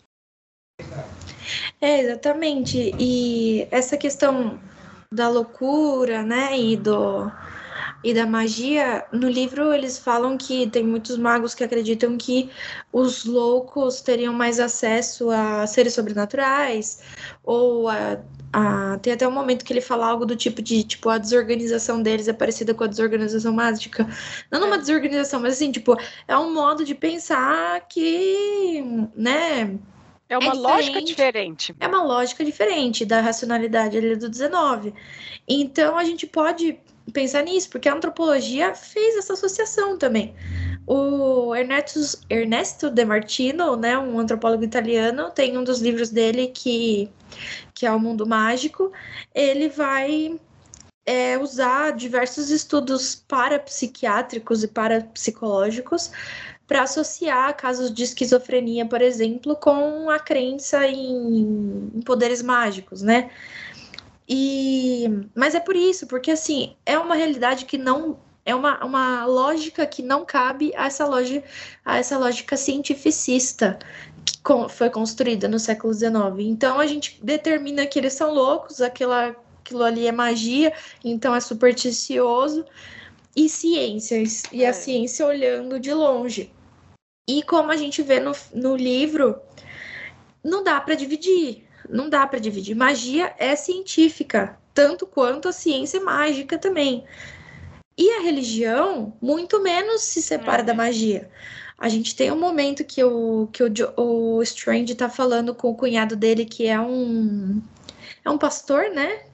Exatamente. E essa questão da loucura, né, e da magia, no livro eles falam que tem muitos magos que acreditam que os loucos teriam mais acesso a seres sobrenaturais, ou tem até um momento que ele fala algo do tipo de, tipo, a desorganização deles é parecida com a desorganização mágica. Não numa desorganização, mas assim, tipo, é um modo de pensar que, né... É uma lógica diferente. É uma lógica diferente da racionalidade ali do 19. Então, a gente pode pensar nisso, porque a antropologia fez essa associação também. O Ernesto De Martino, né, um antropólogo italiano, tem um dos livros dele que é O Mundo Mágico. Ele vai usar diversos estudos parapsiquiátricos e parapsicológicos para associar casos de esquizofrenia, por exemplo, com a crença em poderes mágicos, né? Mas é por isso, porque assim, é uma realidade que não. É uma lógica que não cabe a essa lógica cientificista que foi construída no século XIX. Então a gente determina que eles são loucos, aquilo ali é magia, então é supersticioso, e ciências, e a ciência olhando de longe. E como a gente vê no livro, não dá para dividir. Não dá para dividir. Magia é científica, tanto quanto a ciência é mágica também. E a religião, muito menos se separa da magia. A gente tem um momento que o Strange tá falando com o cunhado dele, que é um pastor, né?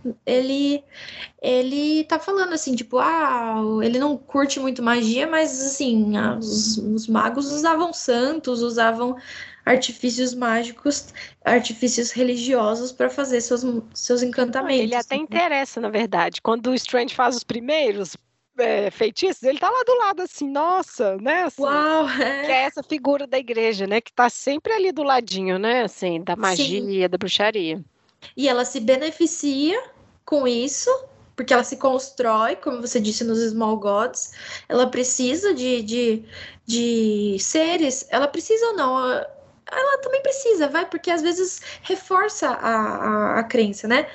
Ele tá falando assim, tipo, ele não curte muito magia, mas assim, os magos usavam santos, usavam artifícios mágicos, artifícios religiosos para fazer seus encantamentos. Ele até interessa, na verdade. Quando o Strange faz os primeiros feitiços, ele tá lá do lado, assim, nossa, né? Assim, Uau! Que é essa figura da igreja, né? Que tá sempre ali do ladinho, né? Assim, da magia, sim, da bruxaria. E ela se beneficia com isso, porque ela se constrói, como você disse, nos Small Gods. Ela precisa de seres. Ela precisa ou não? Ela também precisa, vai, porque às vezes reforça a crença, né?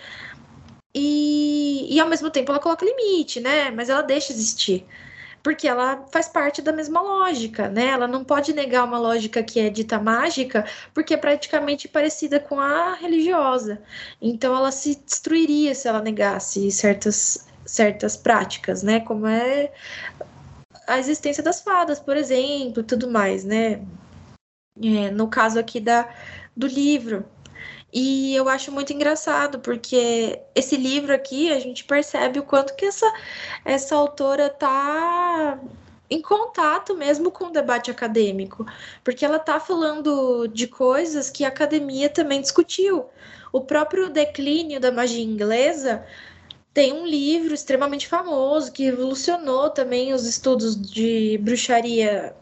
E ao mesmo tempo ela coloca limite, né? Mas ela deixa existir. Porque ela faz parte da mesma lógica, né? Ela não pode negar uma lógica que é dita mágica, porque é praticamente parecida com a religiosa. Então ela se destruiria se ela negasse certas práticas, né? Como é a existência das fadas, por exemplo, e tudo mais, né? No caso aqui do livro. E eu acho muito engraçado, porque esse livro aqui, a gente percebe o quanto que essa autora tá em contato mesmo com o debate acadêmico, porque ela tá falando de coisas que a academia também discutiu. O próprio declínio da magia inglesa tem um livro extremamente famoso que revolucionou também os estudos de bruxaria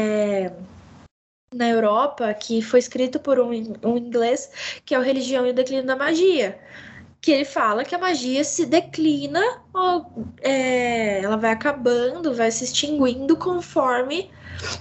na Europa, que foi escrito por um inglês, que é o Religião e o Declínio da Magia, que ele fala que a magia se declina, ela vai acabando, vai se extinguindo conforme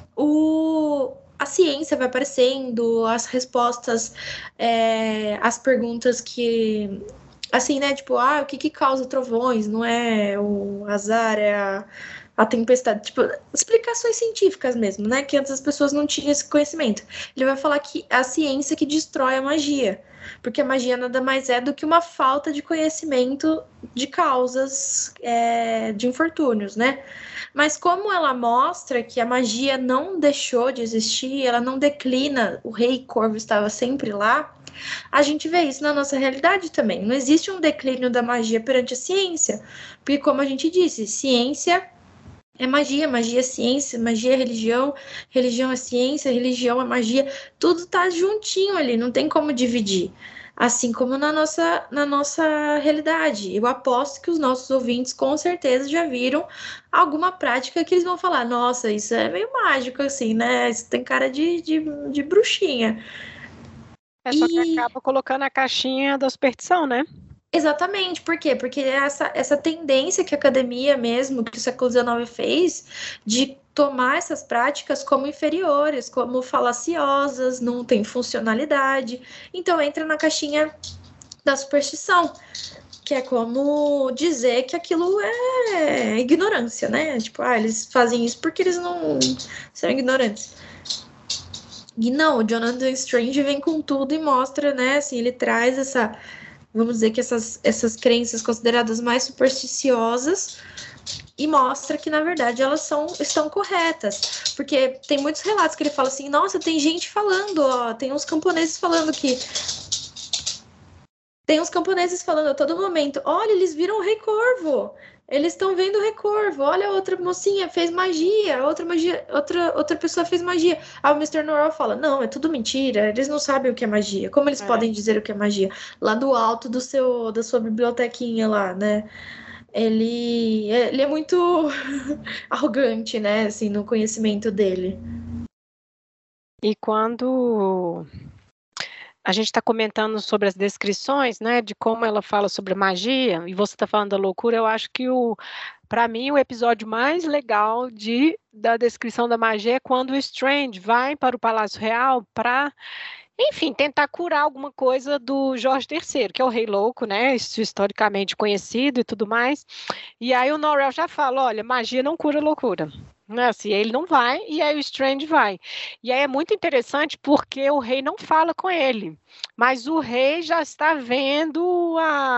a ciência vai aparecendo, as respostas, as perguntas que... Assim, né? Tipo, o que causa trovões? Não é o azar, é a tempestade, tipo, explicações científicas mesmo, né? Que antes as pessoas não tinham esse conhecimento. Ele vai falar que é a ciência que destrói a magia, porque a magia nada mais é do que uma falta de conhecimento de causas de infortúnios, né? Mas como ela mostra que a magia não deixou de existir, ela não declina, o rei corvo estava sempre lá, a gente vê isso na nossa realidade também. Não existe um declínio da magia perante a ciência, porque como a gente disse, ciência é magia, magia é ciência, magia é religião, religião é ciência, religião é magia, tudo tá juntinho ali, não tem como dividir. Assim como na nossa realidade. Eu aposto que os nossos ouvintes com certeza já viram alguma prática que eles vão falar, nossa, isso é meio mágico assim, né? Isso tem cara de bruxinha. Só que acaba colocando a caixinha da superstição, né? Exatamente, por quê? Porque essa tendência que a academia mesmo, que o século XIX fez, de tomar essas práticas como inferiores, como falaciosas, não tem funcionalidade. Então entra na caixinha da superstição, que é como dizer que aquilo é ignorância, né? Tipo, eles fazem isso porque eles não são ignorantes. E não, o Jonathan Strange vem com tudo e mostra, né? Assim, ele traz vamos dizer que essas crenças consideradas mais supersticiosas e mostra que, na verdade, elas estão corretas. Porque tem muitos relatos que ele fala assim, nossa, tem gente falando, tem uns camponeses falando que... Tem uns camponeses falando a todo momento, olha, eles viram o Rei Corvo. Eles estão vendo o Recorvo. Olha, outra mocinha fez magia. Outra pessoa fez magia. Aí o Mr. Norrell fala: não, é tudo mentira. Eles não sabem o que é magia. Como eles podem dizer o que é magia? Lá do alto da sua bibliotequinha lá, né? Ele é muito arrogante, né? Assim, no conhecimento dele. E quando a gente está comentando sobre as descrições, né, de como ela fala sobre magia, e você está falando da loucura, eu acho que para mim, o episódio mais legal da descrição da magia é quando o Strange vai para o Palácio Real para, enfim, tentar curar alguma coisa do Jorge III, que é o Rei Louco, né, isso historicamente conhecido e tudo mais. E aí o Norrell já fala, olha, magia não cura loucura. Né, assim, ele não vai, e aí o Strange vai. E aí é muito interessante porque o rei não fala com ele, mas o rei já está vendo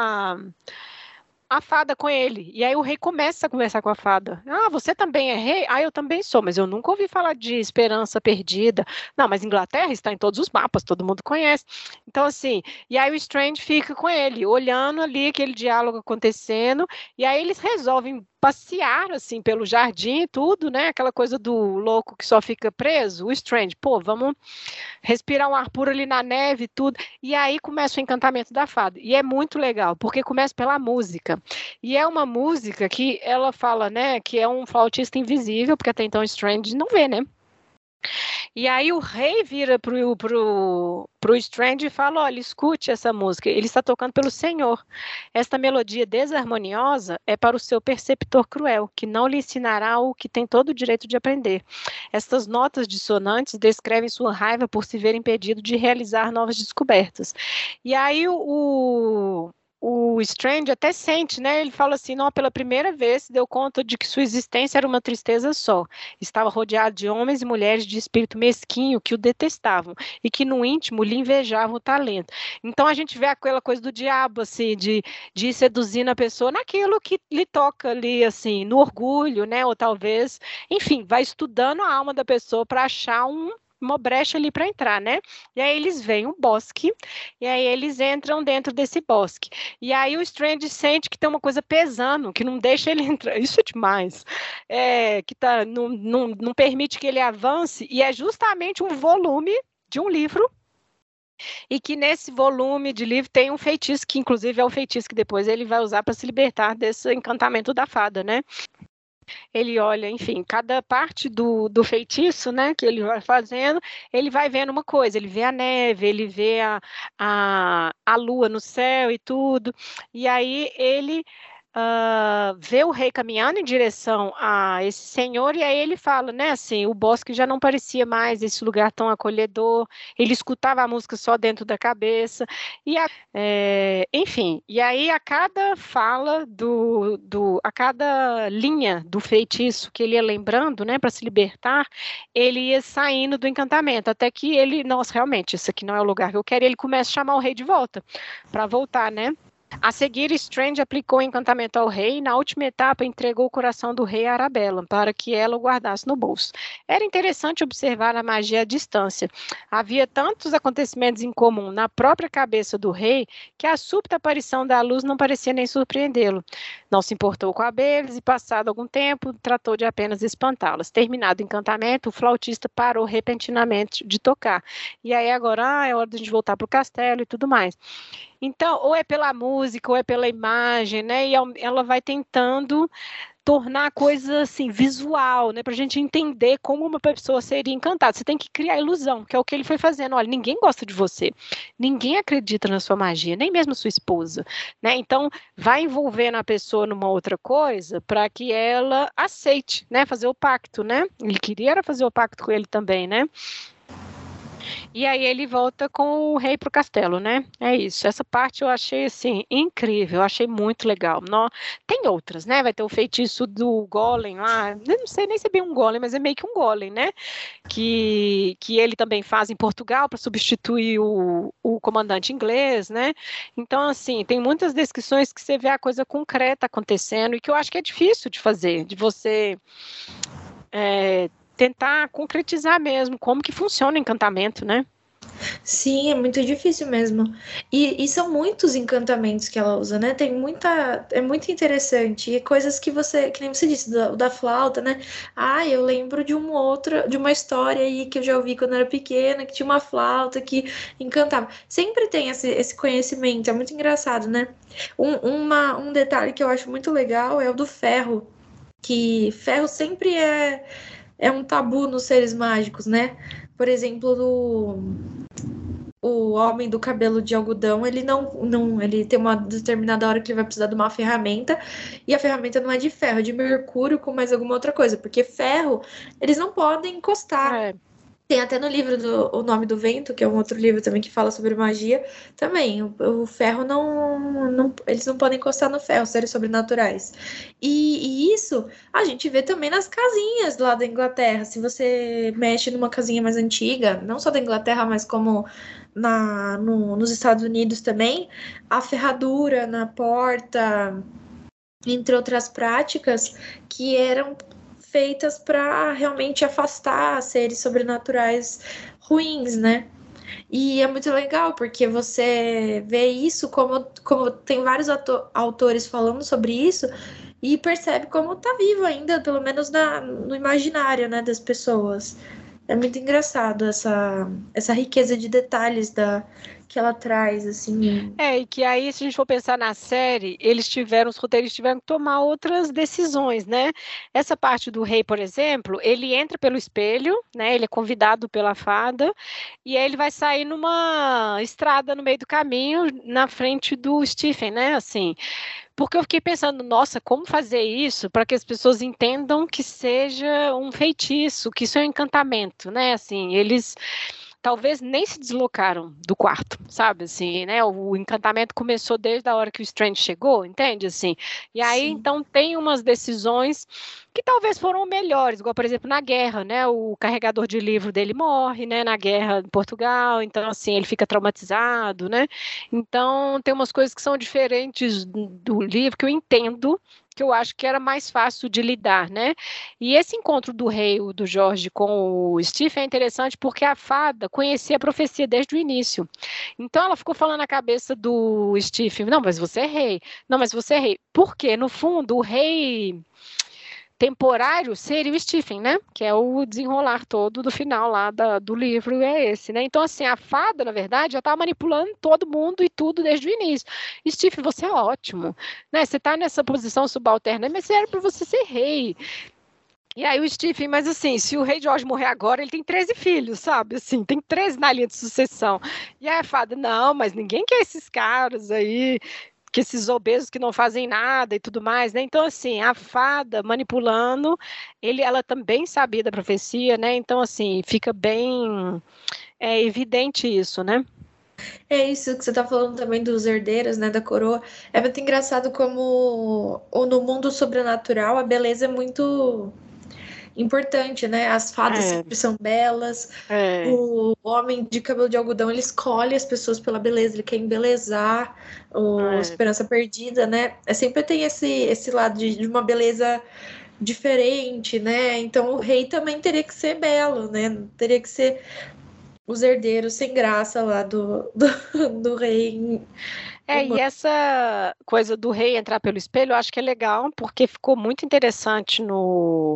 a fada com ele. E aí o rei começa a conversar com a fada. Ah, você também é rei? Ah, eu também sou, mas eu nunca ouvi falar de esperança perdida. Não, mas Inglaterra está em todos os mapas, todo mundo conhece. Então, assim, e aí o Strange fica com ele, olhando ali aquele diálogo acontecendo, e aí eles resolvem passear, assim, pelo jardim e tudo, né? Aquela coisa do louco que só fica preso. O Strange, pô, vamos respirar um ar puro ali na neve e tudo. E aí começa o encantamento da fada. E é muito legal, porque começa pela música. E é uma música que ela fala, né, que é um flautista invisível, porque até então o Strange não vê, né? E aí o rei vira pro Strange e fala, olha, escute essa música, ele está tocando pelo Senhor. Esta melodia desarmoniosa é para o seu perceptor cruel, que não lhe ensinará o que tem todo o direito de aprender. Estas notas dissonantes descrevem sua raiva por se ver impedido de realizar novas descobertas. E aí o Strange até sente, né? Ele fala assim, não, pela primeira vez se deu conta de que sua existência era uma tristeza só. Estava rodeado de homens e mulheres de espírito mesquinho que o detestavam e que no íntimo lhe invejavam o talento. Então a gente vê aquela coisa do diabo, assim, de ir seduzindo a pessoa naquilo que lhe toca ali, assim, no orgulho, né? Ou talvez, enfim, vai estudando a alma da pessoa para achar uma brecha ali para entrar, né? E aí eles veem um bosque, e aí eles entram dentro desse bosque. E aí o Strange sente que tem uma coisa pesando, que não deixa ele entrar. Isso é demais. Que não permite que ele avance, e é justamente um volume de um livro, e que nesse volume de livro tem um feitiço, que inclusive é o feitiço que depois ele vai usar para se libertar desse encantamento da fada, né? Ele olha, enfim, cada parte do feitiço, né, que ele vai fazendo, ele vai vendo uma coisa, ele vê a neve, ele vê a lua no céu e tudo, e aí ele vê o rei caminhando em direção a esse senhor, e aí ele fala, né, assim, o bosque já não parecia mais esse lugar tão acolhedor, ele escutava a música só dentro da cabeça, enfim, e aí a cada fala a cada linha do feitiço que ele ia lembrando, né, para se libertar, ele ia saindo do encantamento, até que ele, nossa, realmente, isso aqui não é o lugar que eu quero, e ele começa a chamar o rei de volta, para voltar, né. A seguir, Strange aplicou o encantamento ao rei e, na última etapa, entregou o coração do rei a Arabella, para que ela o guardasse no bolso. Era interessante observar a magia à distância. Havia tantos acontecimentos em comum na própria cabeça do rei que a súbita aparição da luz não parecia nem surpreendê-lo. Não se importou com abelhas e, passado algum tempo, tratou de apenas espantá-las. Terminado o encantamento, o flautista parou repentinamente de tocar. E aí agora é hora de a gente voltar para o castelo e tudo mais. Então, ou é pela música, ou é pela imagem, né? E ela vai tentando tornar a coisa assim, visual, né? Para a gente entender como uma pessoa seria encantada. Você tem que criar ilusão, que é o que ele foi fazendo. Olha, ninguém gosta de você, ninguém acredita na sua magia, nem mesmo a sua esposa, né? Então, vai envolvendo a pessoa numa outra coisa para que ela aceite, né? Fazer o pacto, né? Ele queria era fazer o pacto com ele também, né? E aí ele volta com o rei pro castelo, né? É isso. Essa parte eu achei, assim, incrível. Eu achei muito legal. Tem outras, né? Vai ter o feitiço do golem lá. Eu não sei nem se é bem um golem, mas é meio que um golem, né? Que ele também faz em Portugal para substituir o comandante inglês, né? Então, assim, tem muitas descrições que você vê a coisa concreta acontecendo e que eu acho que é difícil de fazer, de você tentar concretizar mesmo como que funciona o encantamento, né? Sim, é muito difícil mesmo. E são muitos encantamentos que ela usa, né? Tem muita. É muito interessante. E coisas que você. Que nem você disse, da flauta, né? Ah, eu lembro de uma outra, de uma história aí que eu já ouvi quando eu era pequena, que tinha uma flauta que encantava. Sempre tem esse conhecimento, é muito engraçado, né? Um detalhe que eu acho muito legal é o do ferro. Que ferro sempre é um tabu nos seres mágicos, né? Por exemplo, o homem do cabelo de algodão, ele não, ele tem uma determinada hora que ele vai precisar de uma ferramenta, e a ferramenta não é de ferro, é de mercúrio com mais alguma outra coisa, porque ferro, eles não podem encostar. É. Tem até no livro O Nome do Vento, que é um outro livro também que fala sobre magia, também, o ferro eles não podem encostar no ferro, seres sobrenaturais. E isso a gente vê também nas casinhas lá da Inglaterra. Se você mexe numa casinha mais antiga, não só da Inglaterra, mas como nos Estados Unidos também, a ferradura na porta, entre outras práticas, que eram feitas para realmente afastar seres sobrenaturais ruins, né? E é muito legal, porque você vê isso como tem vários autores falando sobre isso, e percebe como tá vivo ainda, pelo menos no imaginário, né, das pessoas. É muito engraçado essa riqueza de detalhes que ela traz, assim. E que aí, se a gente for pensar na série, os roteiristas tiveram que tomar outras decisões, né? Essa parte do rei, por exemplo, ele entra pelo espelho, né? Ele é convidado pela fada, e aí ele vai sair numa estrada no meio do caminho, na frente do Stephen, né? Assim, porque eu fiquei pensando, nossa, como fazer isso para que as pessoas entendam que seja um feitiço, que isso é um encantamento, né? Assim, eles talvez nem se deslocaram do quarto, sabe, assim, né, o encantamento começou desde a hora que o Strange chegou, entende, assim, e aí, Sim. então, tem umas decisões que talvez foram melhores, igual, por exemplo, na guerra, né, o carregador de livro dele morre, né, na guerra em Portugal, então, assim, ele fica traumatizado, né, então, tem umas coisas que são diferentes do livro, que eu entendo, que eu acho que era mais fácil de lidar, né? E esse encontro do rei, do Jorge, com o Stephen é interessante porque a fada conhecia a profecia desde o início. Então ela ficou falando na cabeça do Stephen, não, mas você é rei. Não, mas você é rei. Porque, no fundo, o rei temporário seria o Stephen, né? Que é o desenrolar todo do final lá do livro, é esse, né? Então, assim, a fada, na verdade, já está manipulando todo mundo e tudo desde o início. Stephen, você é ótimo, né? Você está nessa posição subalterna, mas era para você ser rei. E aí o Stephen, mas assim, se o rei George morrer agora, ele tem 13 filhos, sabe? Assim, tem 13 na linha de sucessão. E aí a fada, não, mas ninguém quer esses caras aí, que esses obesos que não fazem nada e tudo mais, né? Então, assim, a fada manipulando, ela também sabia da profecia, né? Então, assim, fica bem evidente isso, né? É isso que você tá falando também dos herdeiros, né, da coroa. É muito engraçado como ou no mundo sobrenatural a beleza é muito importante, né? As fadas É, sempre são belas. é, O homem de cabelo de algodão, ele escolhe as pessoas pela beleza, ele quer embelezar o é. Esperança Perdida, né? É sempre tem esse lado de uma beleza diferente, né? Então o rei também teria que ser belo, né? Teria que ser os herdeiros sem graça lá do rei E humano. essa coisa do rei entrar pelo espelho, eu acho que é legal, porque ficou muito interessante no.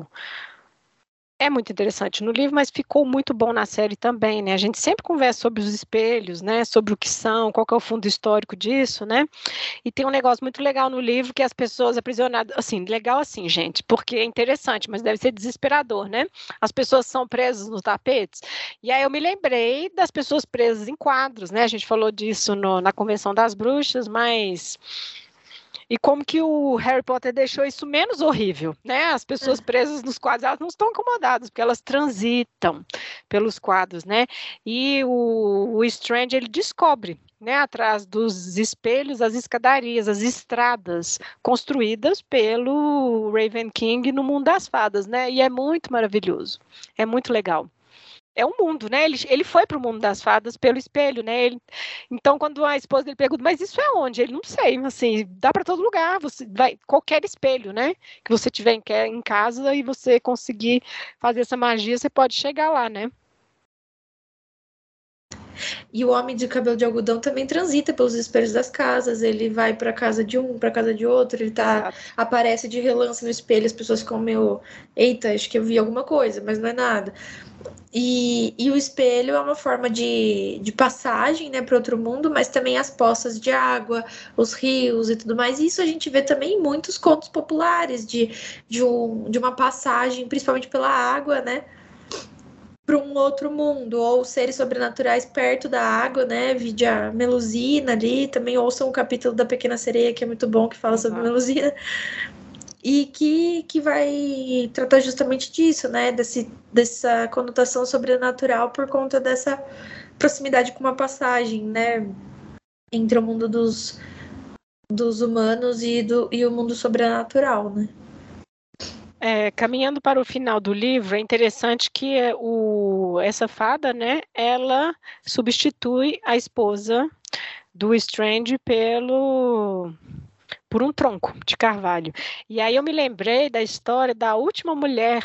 É muito interessante no livro, mas ficou muito bom na série também, né? A gente sempre conversa sobre os espelhos, né? Sobre o que são, qual que é o fundo histórico disso, né? E tem um negócio muito legal no livro que as pessoas aprisionadas, assim, legal assim, gente, porque é interessante, mas deve ser desesperador, né? As pessoas são presas nos tapetes. E aí eu me lembrei das pessoas presas em quadros, né? A gente falou disso na Convenção das Bruxas, mas e como que o Harry Potter deixou isso menos horrível, né? As pessoas presas nos quadros, elas não estão incomodadas, porque elas transitam pelos quadros, né? E o Strange, ele descobre, né, atrás dos espelhos, as escadarias, as estradas construídas pelo Raven King no mundo das fadas, né? E é muito maravilhoso, é muito legal. É um mundo, né? Ele foi para o mundo das fadas pelo espelho, né? Então, quando a esposa dele pergunta, mas isso é onde? Ele não sei, assim, dá para todo lugar, você vai, qualquer espelho, né? Que você tiver em casa e você conseguir fazer essa magia, você pode chegar lá, né? E o homem de cabelo de algodão também transita pelos espelhos das casas. Ele vai para casa de um, para casa de outro. Ele aparece de relance no espelho. As pessoas ficam meio, eita, acho que eu vi alguma coisa, mas não é nada. E o espelho é uma forma de passagem, né, para outro mundo, mas também as poças de água, os rios e tudo mais. Isso a gente vê também em muitos contos populares de uma passagem, principalmente pela água, né, para um outro mundo, ou seres sobrenaturais perto da água, né? Vide a Melusina ali, também ouçam um capítulo da Pequena Sereia, que é muito bom, que fala sobre Melusina, e que vai tratar justamente disso, né? Dessa conotação sobrenatural por conta dessa proximidade com uma passagem, né? Entre o mundo dos humanos e o mundo sobrenatural, né? Caminhando para o final do livro, é interessante que essa fada, né, ela substitui a esposa do Strange por um tronco de carvalho. E aí eu me lembrei da história da última mulher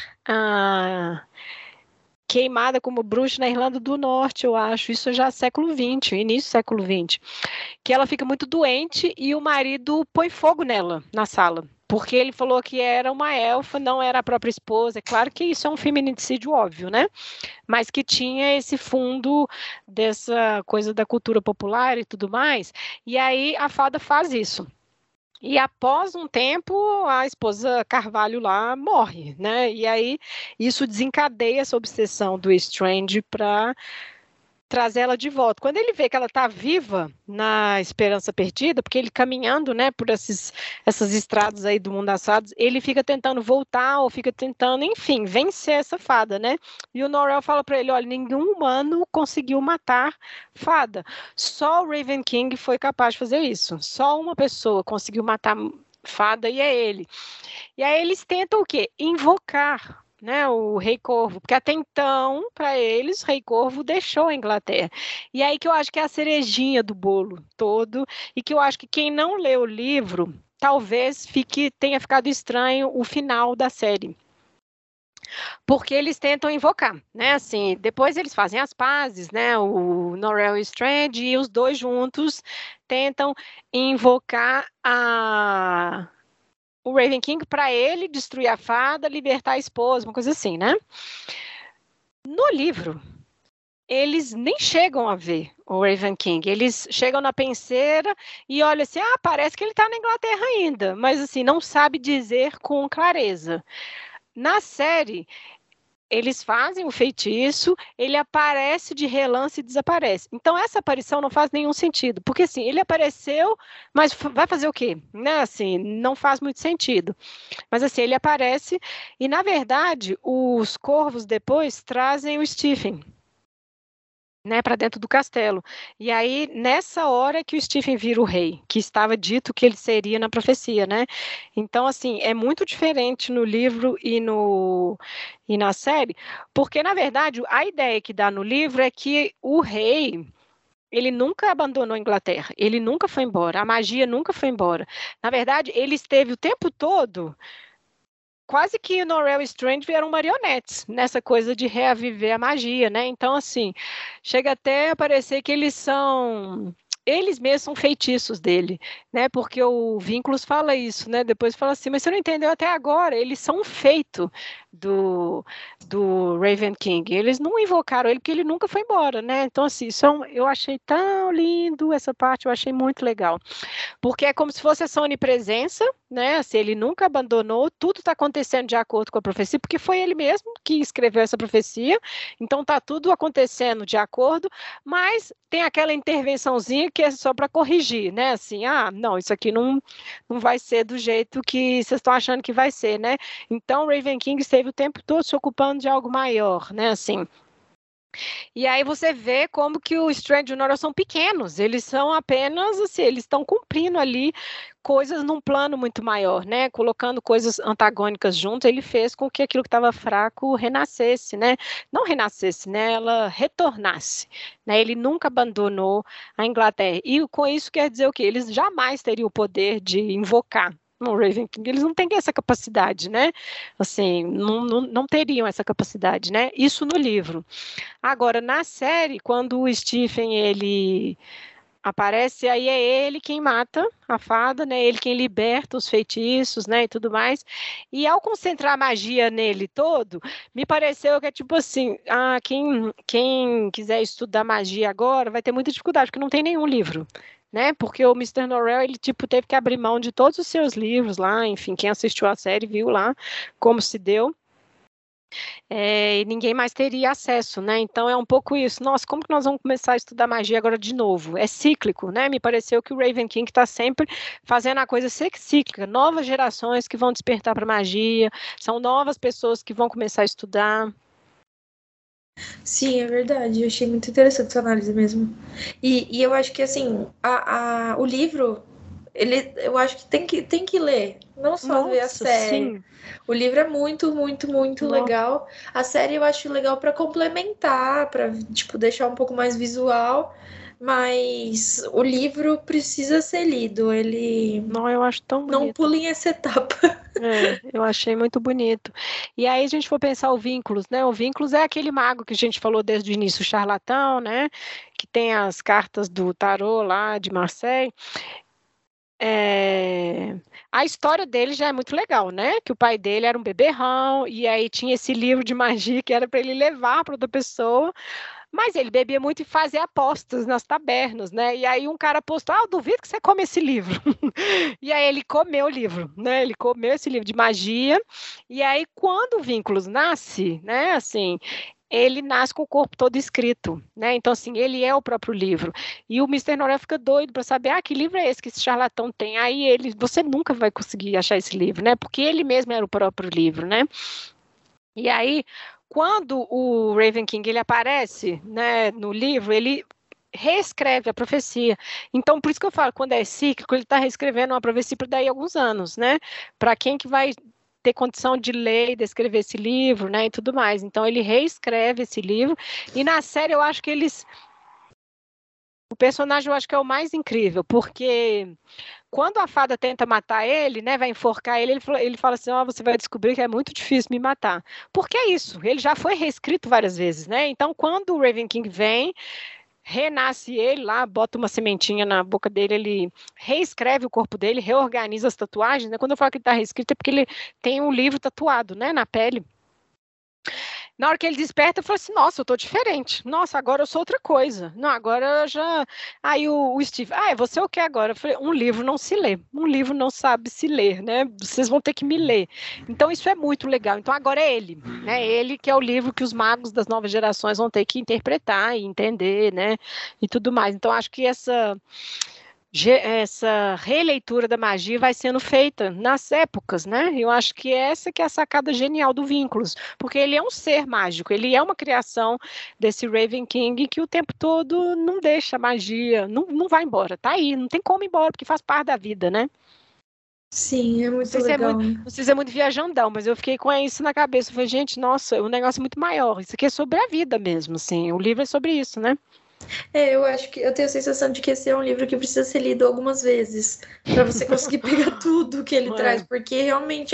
queimada como bruxa na Irlanda do Norte, eu acho. Isso já é século XX, início do século XX. Que ela fica muito doente e o marido põe fogo nela, na sala. Porque ele falou que era uma elfa, não era a própria esposa. É claro que isso é um feminicídio óbvio, né? Mas que tinha esse fundo dessa coisa da cultura popular e tudo mais. E aí a fada faz isso. E após um tempo, a esposa Carvalho lá morre, né? E aí isso desencadeia essa obsessão do Strange para trazer ela de volta. Quando ele vê que ela está viva na Esperança Perdida, porque ele caminhando, né, por essas estradas aí do mundo assado, ele fica tentando voltar ou fica tentando, enfim, vencer essa fada, né? E o Norrell fala para ele, olha, nenhum humano conseguiu matar fada. Só o Raven King foi capaz de fazer isso. Só uma pessoa conseguiu matar fada e é ele. E aí eles tentam o quê? Invocar, né, o Rei Corvo, porque até então, para eles, o Rei Corvo deixou a Inglaterra. E aí que eu acho que é a cerejinha do bolo todo, e que eu acho que quem não leu o livro, talvez tenha ficado estranho o final da série. Porque eles tentam invocar, né? Assim, depois eles fazem as pazes, né? O Norrell e o Strange, e os dois juntos tentam invocar o Raven King para ele destruir a fada, libertar a esposa, uma coisa assim, né? No livro, eles nem chegam a ver o Raven King. Eles chegam na penseira e olham assim, parece que ele está na Inglaterra ainda, mas assim, não sabe dizer com clareza. Na série, eles fazem o feitiço, ele aparece de relance e desaparece. Então, essa aparição não faz nenhum sentido, porque assim, ele apareceu, mas vai fazer o quê? Né? Assim, não faz muito sentido. Mas assim, ele aparece e, na verdade, os corvos depois trazem o Stephen, né, para dentro do castelo. E aí, nessa hora que o Stephen vira o rei, que estava dito que ele seria na profecia, né? Então, assim, é muito diferente no livro e na série, porque, na verdade, a ideia que dá no livro é que o rei, ele nunca abandonou a Inglaterra, ele nunca foi embora, a magia nunca foi embora. Na verdade, ele esteve o tempo todo. Quase que o Norrell e Strange vieram marionetes nessa coisa de reaviver a magia, né? Então, assim, chega até a parecer que eles mesmos são feitiços dele, né? Porque o Vínculos fala isso, né? Depois fala assim, mas você não entendeu até agora, eles são um feito do Raven King. Eles não invocaram ele porque ele nunca foi embora, né? Então, assim, eu achei tão lindo essa parte, eu achei muito legal. Porque é como se fosse essa onipresença, né? Se ele nunca abandonou, tudo está acontecendo de acordo com a profecia, porque foi ele mesmo que escreveu essa profecia, então está tudo acontecendo de acordo, mas tem aquela intervençãozinha que é só para corrigir, né? Assim, não, isso aqui não vai ser do jeito que vocês estão achando que vai ser, né? Então, Raven King esteve o tempo todo se ocupando de algo maior, né? Assim. E aí você vê como que o Strange e o Norrell são pequenos, eles são apenas, assim, eles estão cumprindo ali coisas num plano muito maior, né? Colocando coisas antagônicas juntos, ele fez com que aquilo que estava fraco renascesse, né? Não renascesse, né? Ela retornasse, né? Ele nunca abandonou a Inglaterra. E com isso quer dizer o quê? Eles jamais teriam o poder de invocar no Raven King, eles não têm essa capacidade, né? Assim, não teriam essa capacidade, né? Isso no livro. Agora, na série, quando o Stephen, ele aparece, aí é ele quem mata a fada, né? Ele quem liberta os feitiços, né? E tudo mais. E ao concentrar a magia nele todo, me pareceu que é tipo assim, quem quiser estudar magia agora vai ter muita dificuldade, porque não tem nenhum livro. Né? Porque o Mr. Norrell, ele tipo teve que abrir mão de todos os seus livros lá, enfim, quem assistiu a série viu lá como se deu. E ninguém mais teria acesso, né? Então é um pouco isso. Nossa, como que nós vamos começar a estudar magia agora de novo? É cíclico, né? Me pareceu que o Raven King está sempre fazendo a coisa ser cíclica. Novas gerações que vão despertar para magia, são novas pessoas que vão começar a estudar. Sim, é verdade. Eu achei muito interessante essa análise mesmo. E eu acho que, assim, o livro, eu acho que tem que ler, não só ver a Nossa, série. sim. O livro é muito, muito, muito Nossa. legal. A série eu acho legal para complementar, para tipo, deixar um pouco mais visual. Mas o livro precisa ser lido. Ele Não, eu acho tão não bonito. pula em essa etapa. Eu achei muito bonito. E aí a gente for pensar o Vínculos, né? O Vínculos é aquele mago que a gente falou desde o início, o charlatão, né? Que tem as cartas do tarô lá de Marseille. A história dele já é muito legal, né? Que o pai dele era um beberrão, e aí tinha esse livro de magia que era para ele levar para outra pessoa, mas ele bebia muito e fazia apostas nas tabernas, né? E aí um cara apostou, eu duvido que você come esse livro. E aí ele comeu o livro, né? Ele comeu esse livro de magia, e aí quando o Vínculos nasce, né? Assim, ele nasce com o corpo todo escrito, né? Então, assim, ele é o próprio livro. E o Mr. Norrell fica doido para saber, que livro é esse que esse charlatão tem? Aí você nunca vai conseguir achar esse livro, né? Porque ele mesmo era o próprio livro, né? E aí, quando o Raven King ele aparece, né, no livro, ele reescreve a profecia. Então, por isso que eu falo, quando é cíclico, ele está reescrevendo uma profecia para daí alguns anos, né? Para quem que vai ter condição de ler e descrever esse livro, né, e tudo mais. Então, ele reescreve esse livro, e na série eu acho que o personagem eu acho que é o mais incrível, porque quando a fada tenta matar ele, né, vai enforcar ele fala assim, você vai descobrir que é muito difícil me matar. Porque é isso, ele já foi reescrito várias vezes, né? Então, quando o Raven King vem, renasce ele lá, bota uma sementinha na boca dele, ele reescreve o corpo dele, reorganiza as tatuagens, né? Quando eu falo que ele está reescrito é porque ele tem um livro tatuado, né, na pele. Na hora que ele desperta, eu falo assim, nossa, eu tô diferente. Nossa, agora eu sou outra coisa. Não, agora eu já... Aí o Steve, é você o que agora? Eu falei, um livro não se lê. Um livro não sabe se ler, né? Vocês vão ter que me ler. Então, isso é muito legal. Então, agora é ele, né? Ele que é o livro que os magos das novas gerações vão ter que interpretar e entender, né? E tudo mais. Então, acho que essa releitura da magia vai sendo feita nas épocas, né? Eu acho que essa que é a sacada genial do Vínculos, porque ele é um ser mágico, ele é uma criação desse Raven King que o tempo todo não deixa a magia, não vai embora, tá aí, não tem como ir embora, porque faz parte da vida, né? Sim, é muito legal. Não sei se é muito viajandão, mas eu fiquei com isso na cabeça. Eu falei, gente, nossa, o negócio é muito maior. Isso aqui é sobre a vida mesmo, assim. O livro é sobre isso, né? Eu acho que eu tenho a sensação de que esse é um livro que precisa ser lido algumas vezes para você conseguir pegar tudo que ele traz, porque realmente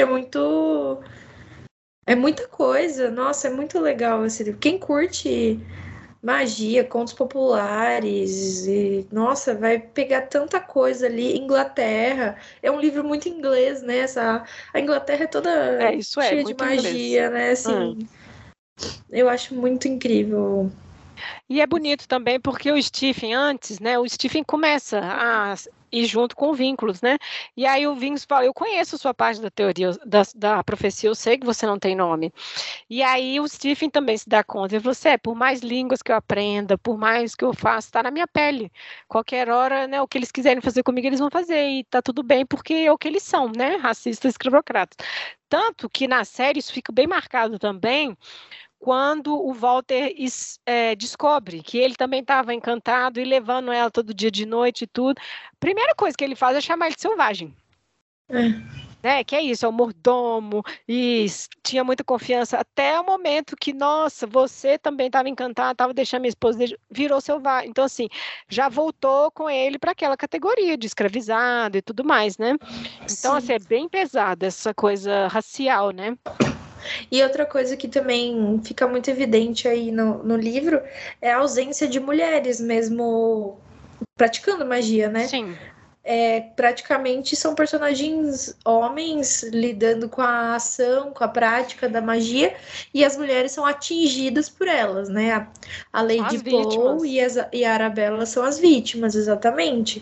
é muita coisa. Nossa, é muito legal esse livro. Quem curte magia, contos populares e nossa, vai pegar tanta coisa ali. Inglaterra é um livro muito inglês, né? A Inglaterra é toda Isso cheia de muito inglês. magia, né? Assim, eu acho muito incrível. E é bonito também porque o Stephen antes, né? O Stephen começa a ir junto com Vínculos, né? E aí o Vínculos fala, eu conheço sua parte da teoria, da profecia, eu sei que você não tem nome. E aí o Stephen também se dá conta, e você, por mais línguas que eu aprenda, por mais que eu faça, está na minha pele. Qualquer hora, né, o que eles quiserem fazer comigo, eles vão fazer, e tá tudo bem, porque é o que eles são, né? Racistas, escravocratas. Tanto que na série isso fica bem marcado também, quando o Walter descobre que ele também estava encantado e levando ela todo dia de noite e tudo. A primeira coisa que ele faz é chamar ele de selvagem. né? Que é isso, é o mordomo, e tinha muita confiança, até o momento que, nossa, você também estava encantada, estava deixando minha esposa, virou selvagem. Então, assim, já voltou com ele para aquela categoria de escravizado e tudo mais, né? Então, assim, Sim. é bem pesado essa coisa racial, né? E outra coisa que também fica muito evidente aí no livro é a ausência de mulheres mesmo praticando magia, né? Sim. Praticamente são personagens homens lidando com a ação, com a prática da magia, e as mulheres são atingidas por elas, né? A São Lady as Paul vítimas. e a Arabella são as vítimas, exatamente.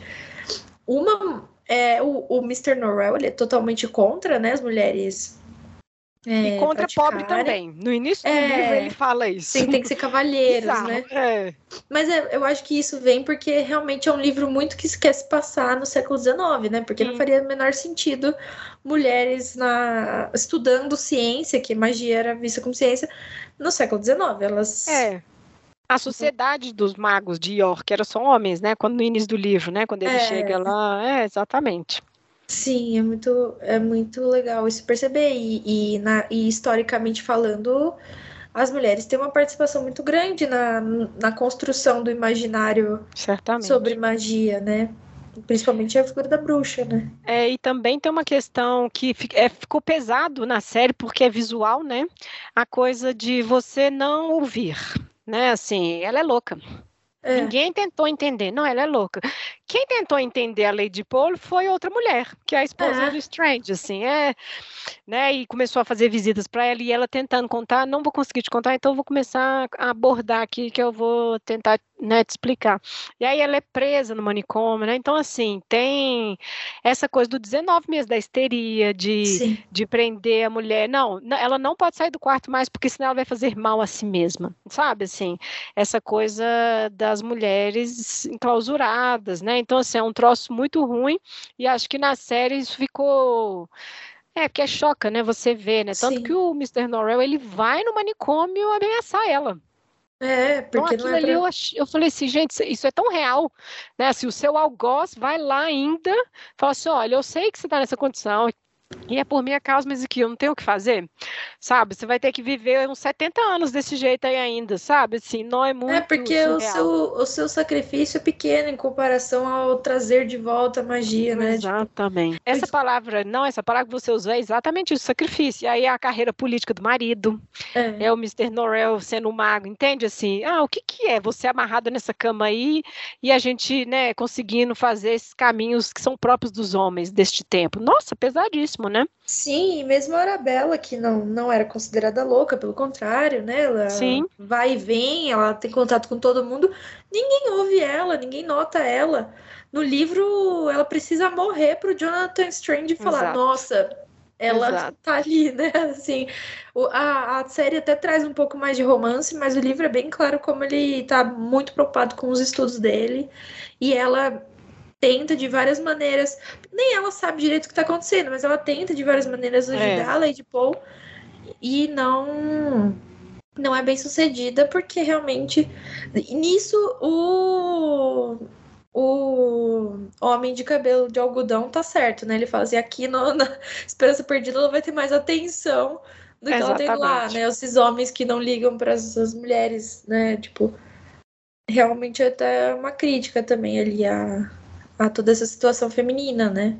O Mr. Norrell, ele é totalmente contra, né, as mulheres E contra pobre praticarem. também. No início do livro ele fala isso. Tem que ser cavalheiros, Bizarro. né? Mas eu acho que isso vem porque realmente é um livro muito que se quer se passar no século XIX, né? Porque não faria o menor sentido mulheres estudando ciência, que magia era vista como ciência, no século XIX. Elas. A sociedade dos magos de York era só homens, né? Quando no início do livro, né? Quando ele chega lá, exatamente. Sim, é muito legal isso perceber. E historicamente falando, as mulheres têm uma participação muito grande na construção do imaginário sobre magia, né? Principalmente a figura da bruxa, né? E também tem uma questão que ficou pesado na série, porque é visual, né? A coisa de você não ouvir, né? Assim, ela é louca. Ninguém tentou entender. Não, ela é louca. Quem tentou entender a Lady Paul foi outra mulher, que é a esposa do Strange, assim, né? E começou a fazer visitas para ela, e ela tentando contar, não vou conseguir te contar, então eu vou começar a abordar aqui, que eu vou tentar, né, te explicar. E aí ela é presa no manicômio, né? Então, assim, tem essa coisa do 19 meses da histeria, de prender a mulher. Não, ela não pode sair do quarto mais, porque senão ela vai fazer mal a si mesma, sabe? Assim, essa coisa das mulheres enclausuradas, né? Então, assim, é um troço muito ruim, e acho que na série isso ficou... porque choca, né? Você vê, né? Tanto que o Mr. Norrell, ele vai no manicômio ameaçar ela. Porque então, aquilo ali eu falei assim, gente, isso é tão real, né? Assim, o seu algoz vai lá ainda, fala assim, olha, eu sei que você está nessa condição, e é por minha causa, mas aqui eu não tenho o que fazer, sabe? Você vai ter que viver uns 70 anos desse jeito aí ainda, sabe? Assim, não é muito porque surreal. o seu sacrifício é pequeno em comparação ao trazer de volta a magia, né? Exatamente. Essa palavra que você usou é exatamente isso, sacrifício. E aí a carreira política do marido, é o Mr. Norrell sendo um mago, entende? Assim, o que é você amarrado nessa cama aí e a gente, né, conseguindo fazer esses caminhos que são próprios dos homens deste tempo. Nossa, pesadíssimo, né? Sim, e mesmo a Arabella, que não era considerada louca, pelo contrário, né? Ela vai e vem, ela tem contato com todo mundo, ninguém ouve ela, ninguém nota ela. No livro, ela precisa morrer para o Jonathan Strange falar, nossa, ela tá ali, né? Assim, a série até traz um pouco mais de romance, mas o livro é bem claro como ele tá muito preocupado com os estudos dele, e ela tenta de várias maneiras, nem ela sabe direito o que está acontecendo, mas ela tenta de várias maneiras ajudar a Lady Paul, e não é bem sucedida, porque realmente nisso o homem de cabelo de algodão tá certo, né? Ele fala assim, aqui na Esperança Perdida ela vai ter mais atenção do que ela tem lá, né? Esses homens que não ligam para as mulheres, né? Tipo, realmente é até uma crítica também ali a toda essa situação feminina, né?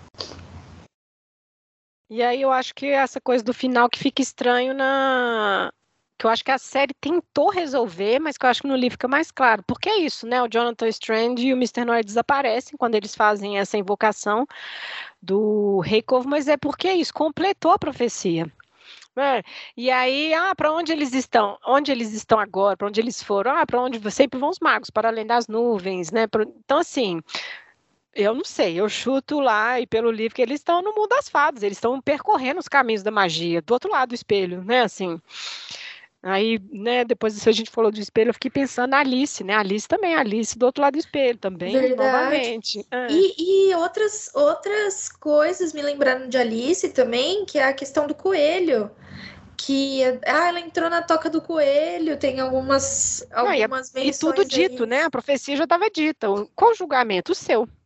E aí eu acho que essa coisa do final que fica estranho que eu acho que a série tentou resolver, mas que eu acho que no livro fica mais claro. Porque é isso, né? O Jonathan Strange e o Mr. Norrell desaparecem quando eles fazem essa invocação do Rei Corvo, mas é porque é isso, completou a profecia. E aí, para onde eles estão? Onde eles estão agora? Para onde eles foram? Para onde sempre vão os magos, para além das nuvens, né? Então, assim, eu não sei, eu chuto lá e pelo livro que eles estão no mundo das fadas, eles estão percorrendo os caminhos da magia, do outro lado do espelho, né? Assim. Aí, né, depois disso a gente falou do espelho, eu fiquei pensando na Alice, né? Alice também, Alice do outro lado do espelho também, novamente. E outras coisas me lembraram de Alice também, que é a questão do coelho. Que ela entrou na toca do coelho, tem algumas menções. E tudo dito, né? A profecia já estava dita. Qual julgamento? O seu.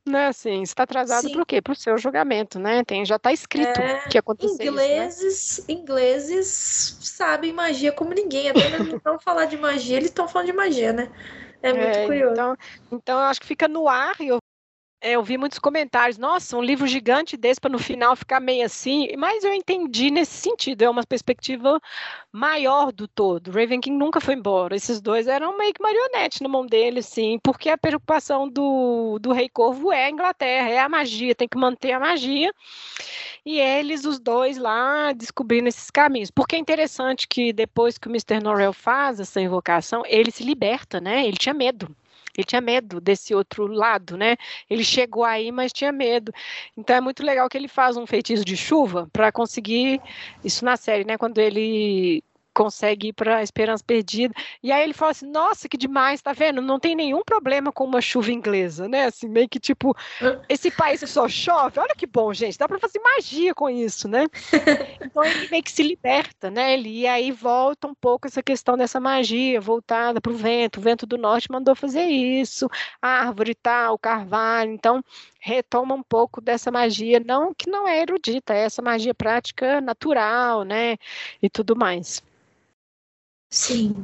né? Assim, você está atrasado Sim. por quê? Para o seu julgamento, né? Já está escrito que ia acontecer isso, né? Ingleses sabem magia como ninguém. Até mesmo não falar de magia, eles estão falando de magia, né? É muito curioso. Então eu acho que fica no ar e eu vi muitos comentários, nossa, um livro gigante desse para no final ficar meio assim, mas eu entendi nesse sentido, é uma perspectiva maior do todo. Raven King nunca foi embora, esses dois eram meio que marionete na mão dele, sim, porque a preocupação do Rei Corvo é a Inglaterra, é a magia, tem que manter a magia, e eles, os dois lá, descobrindo esses caminhos. Porque é interessante que depois que o Mr. Norrell faz essa invocação, ele se liberta, né? Ele tinha medo. Ele tinha medo desse outro lado, né? Ele chegou aí, mas tinha medo. Então é muito legal que ele faz um feitiço de chuva para conseguir isso na série, né? Quando ele consegue ir para a Esperança Perdida. E aí ele fala assim: nossa, que demais, tá vendo? Não tem nenhum problema com uma chuva inglesa, né? Assim, meio que tipo, esse país que só chove, olha que bom, gente, dá para fazer magia com isso, né? Então ele meio que se liberta, né? E aí volta um pouco essa questão dessa magia voltada para o vento do norte mandou fazer isso, a árvore tal, o carvalho, então retoma um pouco dessa magia, não que não é erudita, é essa magia prática natural, né? E tudo mais. Sim.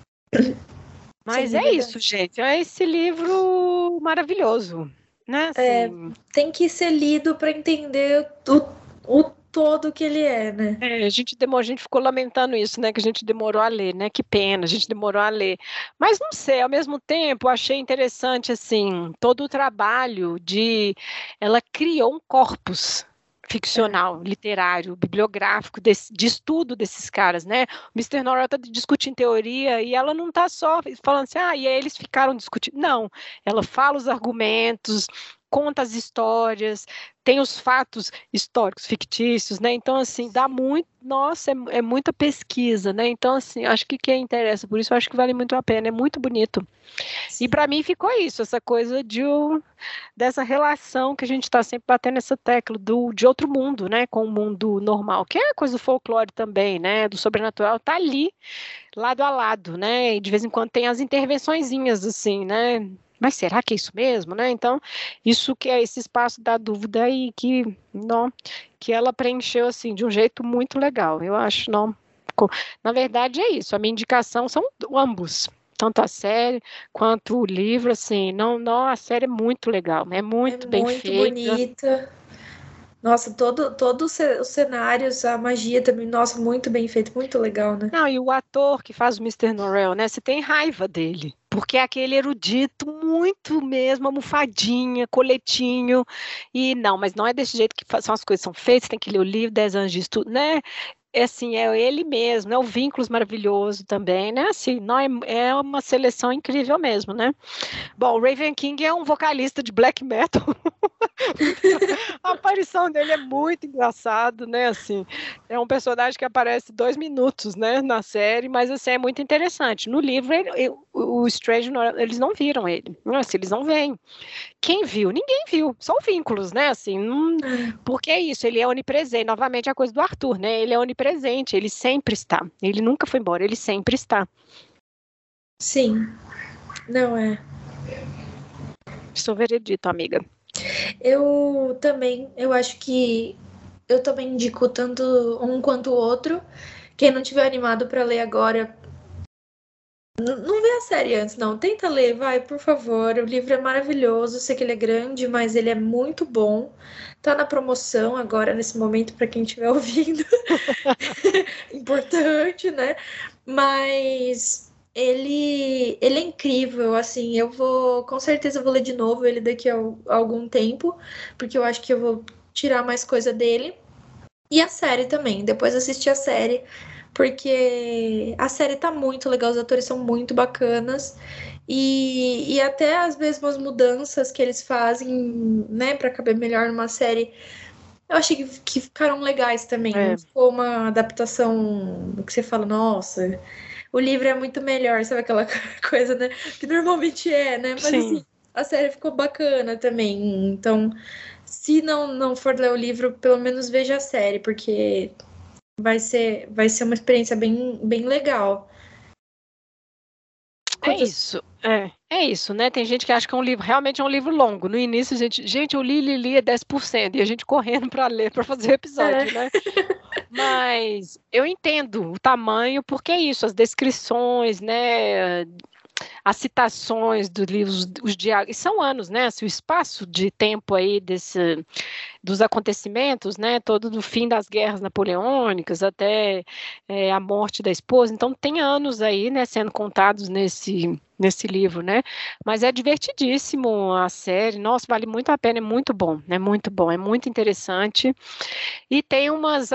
Mas Sim, é é isso, verdade. gente, é esse livro maravilhoso, né? Assim, Tem que ser lido para entender o todo que ele é, né? a gente ficou lamentando isso, né? Que a gente demorou a ler, né? Que pena, a gente demorou a ler. Mas não sei, ao mesmo tempo, achei interessante assim todo o trabalho ela criou um corpus É. ficcional, literário, bibliográfico de estudo desses caras, né? O Mr. Norrell está discutindo teoria e ela não está só falando assim, e aí eles ficaram discutindo. Não, ela fala os argumentos, conta as histórias, tem os fatos históricos fictícios, né? Então, assim, dá muito, nossa, é muita pesquisa, né? Então, assim, acho que quem interessa por isso, eu acho que vale muito a pena, é muito bonito. E Sim. para mim ficou isso, essa coisa dessa relação que a gente está sempre batendo essa tecla de outro mundo, né? Com o mundo normal, que é a coisa do folclore também, né? Do sobrenatural, tá ali, lado a lado, né? E de vez em quando tem as intervençõezinhas, assim, né? Mas será que é isso mesmo, né? Então, isso que é esse espaço da dúvida e que ela preencheu assim de um jeito muito legal. Eu acho, não. Na verdade é isso. A minha indicação são ambos, tanto a série quanto o livro, assim. Não, a série é muito legal, é É muito bem muito feita. bonita. Nossa, todo os cenários, a magia também, nossa, muito bem feito, muito legal, né? Não, e o ator que faz o Mr. Norrell, né? Você tem raiva dele. Porque é aquele erudito muito mesmo, almofadinha, coletinho. E não, mas não é desse jeito que são as coisas são feitas, tem que ler o livro, 10 anos de estudo, né? É assim, é ele mesmo, né? O Vínculos maravilhoso também, né? Assim, não, é uma seleção incrível mesmo, né? Bom, o Raven King é um vocalista de black metal. A aparição dele é muito engraçado, né? Assim, é um personagem que aparece 2 minutos, né, na série, mas assim é muito interessante. No livro, o Strange, eles não viram ele, assim, eles não veem. Quem viu? Ninguém viu. Só o Vínculos, né? Assim, porque é isso. Ele é onipresente. Novamente a coisa do Arthur, né? Ele é onipresente. Ele sempre está. Ele nunca foi embora. Ele sempre está. Sim, não é. Sou veredito, amiga. Eu acho que eu também indico tanto um quanto o outro. Quem não tiver animado para ler agora, não vê a série antes, não. Tenta ler, vai, por favor. O livro é maravilhoso. Sei que ele é grande, mas ele é muito bom. Tá na promoção agora, nesse momento, para quem estiver ouvindo. Importante, né? Mas ele é incrível, assim. Com certeza, eu vou ler de novo ele daqui a algum tempo, porque eu acho que eu vou tirar mais coisa dele. E a série também. Depois assistir a série, porque a série tá muito legal, os atores são muito bacanas. E até as mesmas mudanças que eles fazem, né, para caber melhor numa série, eu achei que ficaram legais também. Não É, ficou uma adaptação que você fala, nossa, o livro é muito melhor, sabe aquela coisa, né? Que normalmente é, né? Mas assim, sim. a série ficou bacana também. Então, se não for ler o livro, pelo menos veja a série, porque vai ser uma experiência bem legal. É isso. É isso, né? Tem gente que acha que é um livro, realmente é um livro longo. No início, gente, eu li é 10%, e a gente correndo para ler, para fazer o episódio, né? Mas eu entendo o tamanho, porque é isso, as descrições, né? As citações dos livros, os diálogos, são anos, né? O espaço de tempo aí dos acontecimentos, né? Todo do fim das guerras napoleônicas até a morte da esposa. Então tem anos aí, né? Sendo contados nesse livro, né? Mas é divertidíssimo a série. Nossa, vale muito a pena. É muito bom, é muito interessante. E tem umas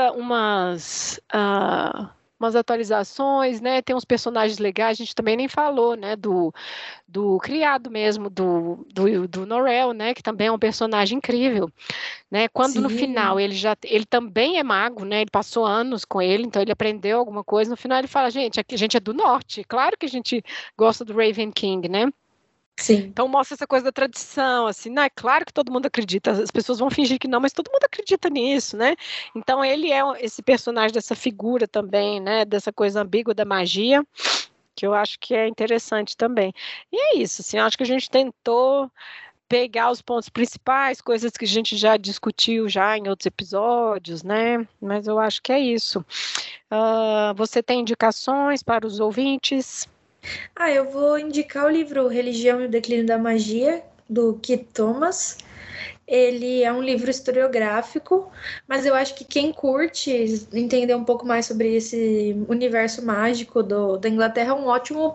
atualizações, né? Tem uns personagens legais, a gente também nem falou, né? Do criado mesmo, do Norrell, né? Que também é um personagem incrível, né? Quando no final ele também é mago, né? Ele passou anos com ele, então ele aprendeu alguma coisa. No final ele fala, gente, aqui a gente é do norte, claro que a gente gosta do Raven King, né? Sim. Então mostra essa coisa da tradição, assim, né? Claro que todo mundo acredita, as pessoas vão fingir que não, mas todo mundo acredita nisso, né? Então ele é esse personagem dessa figura também, né? Dessa coisa ambígua da magia, que eu acho que é interessante também. E é isso, assim, eu acho que a gente tentou pegar os pontos principais, coisas que a gente já discutiu já em outros episódios, né? Mas eu acho que é isso. Você tem indicações para os ouvintes? Eu vou indicar o livro Religião e o Declínio da Magia, do Keith Thomas. Ele é um livro historiográfico, mas eu acho que quem curte entender um pouco mais sobre esse universo mágico da Inglaterra é uma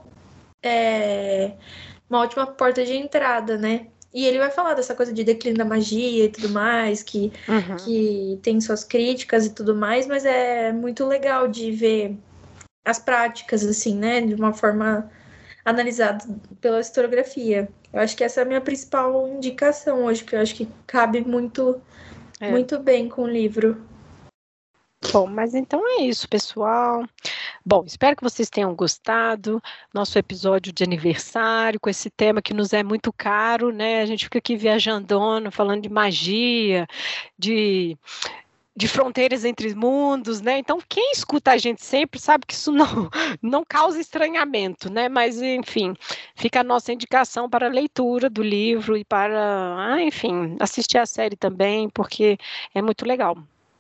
ótima porta de entrada, né? E ele vai falar dessa coisa de declínio da magia e tudo mais, que tem suas críticas e tudo mais, mas é muito legal de ver as práticas, assim, né? De uma forma analisada pela historiografia. Eu acho que essa é a minha principal indicação hoje, porque eu acho que cabe muito bem com o livro. Bom, mas então é isso, pessoal. Bom, espero que vocês tenham gostado nosso episódio de aniversário com esse tema que nos é muito caro, né? A gente fica aqui viajandona, falando de magia, de fronteiras entre mundos, né? Então, quem escuta a gente sempre sabe que isso não causa estranhamento, né? Mas, enfim, fica a nossa indicação para a leitura do livro e para, enfim, assistir a série também, porque é muito legal.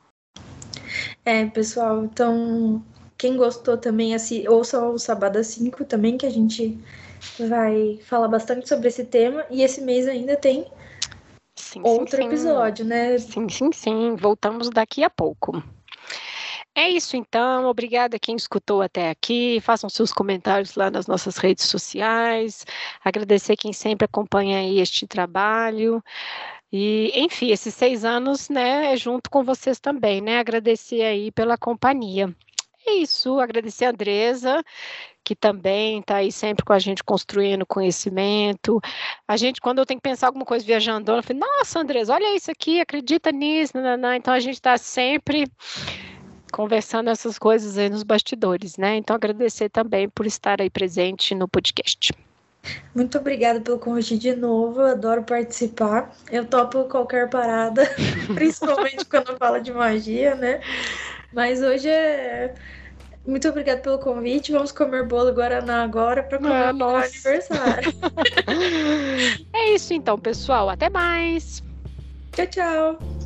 Pessoal, então, quem gostou também, ouça o Sabada 5 também, que a gente vai falar bastante sobre esse tema, e esse mês ainda tem outro episódio, né? Sim. Voltamos daqui a pouco. É isso, então. Obrigada a quem escutou até aqui. Façam seus comentários lá nas nossas redes sociais. Agradecer quem sempre acompanha aí este trabalho. E, enfim, esses 6 anos, né, junto com vocês também, né? Agradecer aí pela companhia. É isso, agradecer a Andresa, que também está aí sempre com a gente construindo conhecimento. A gente, quando eu tenho que pensar alguma coisa viajando, eu falo, nossa, Andresa, olha isso aqui, acredita nisso, Então a gente está sempre conversando essas coisas aí nos bastidores, né? Então agradecer também por estar aí presente no podcast. Muito obrigada pelo convite de novo, eu adoro participar. Eu topo qualquer parada, principalmente quando fala de magia, né? Mas hoje muito obrigada pelo convite. Vamos comer bolo Guaraná agora para comemorar o aniversário. É isso então, pessoal. Até mais. Tchau, tchau.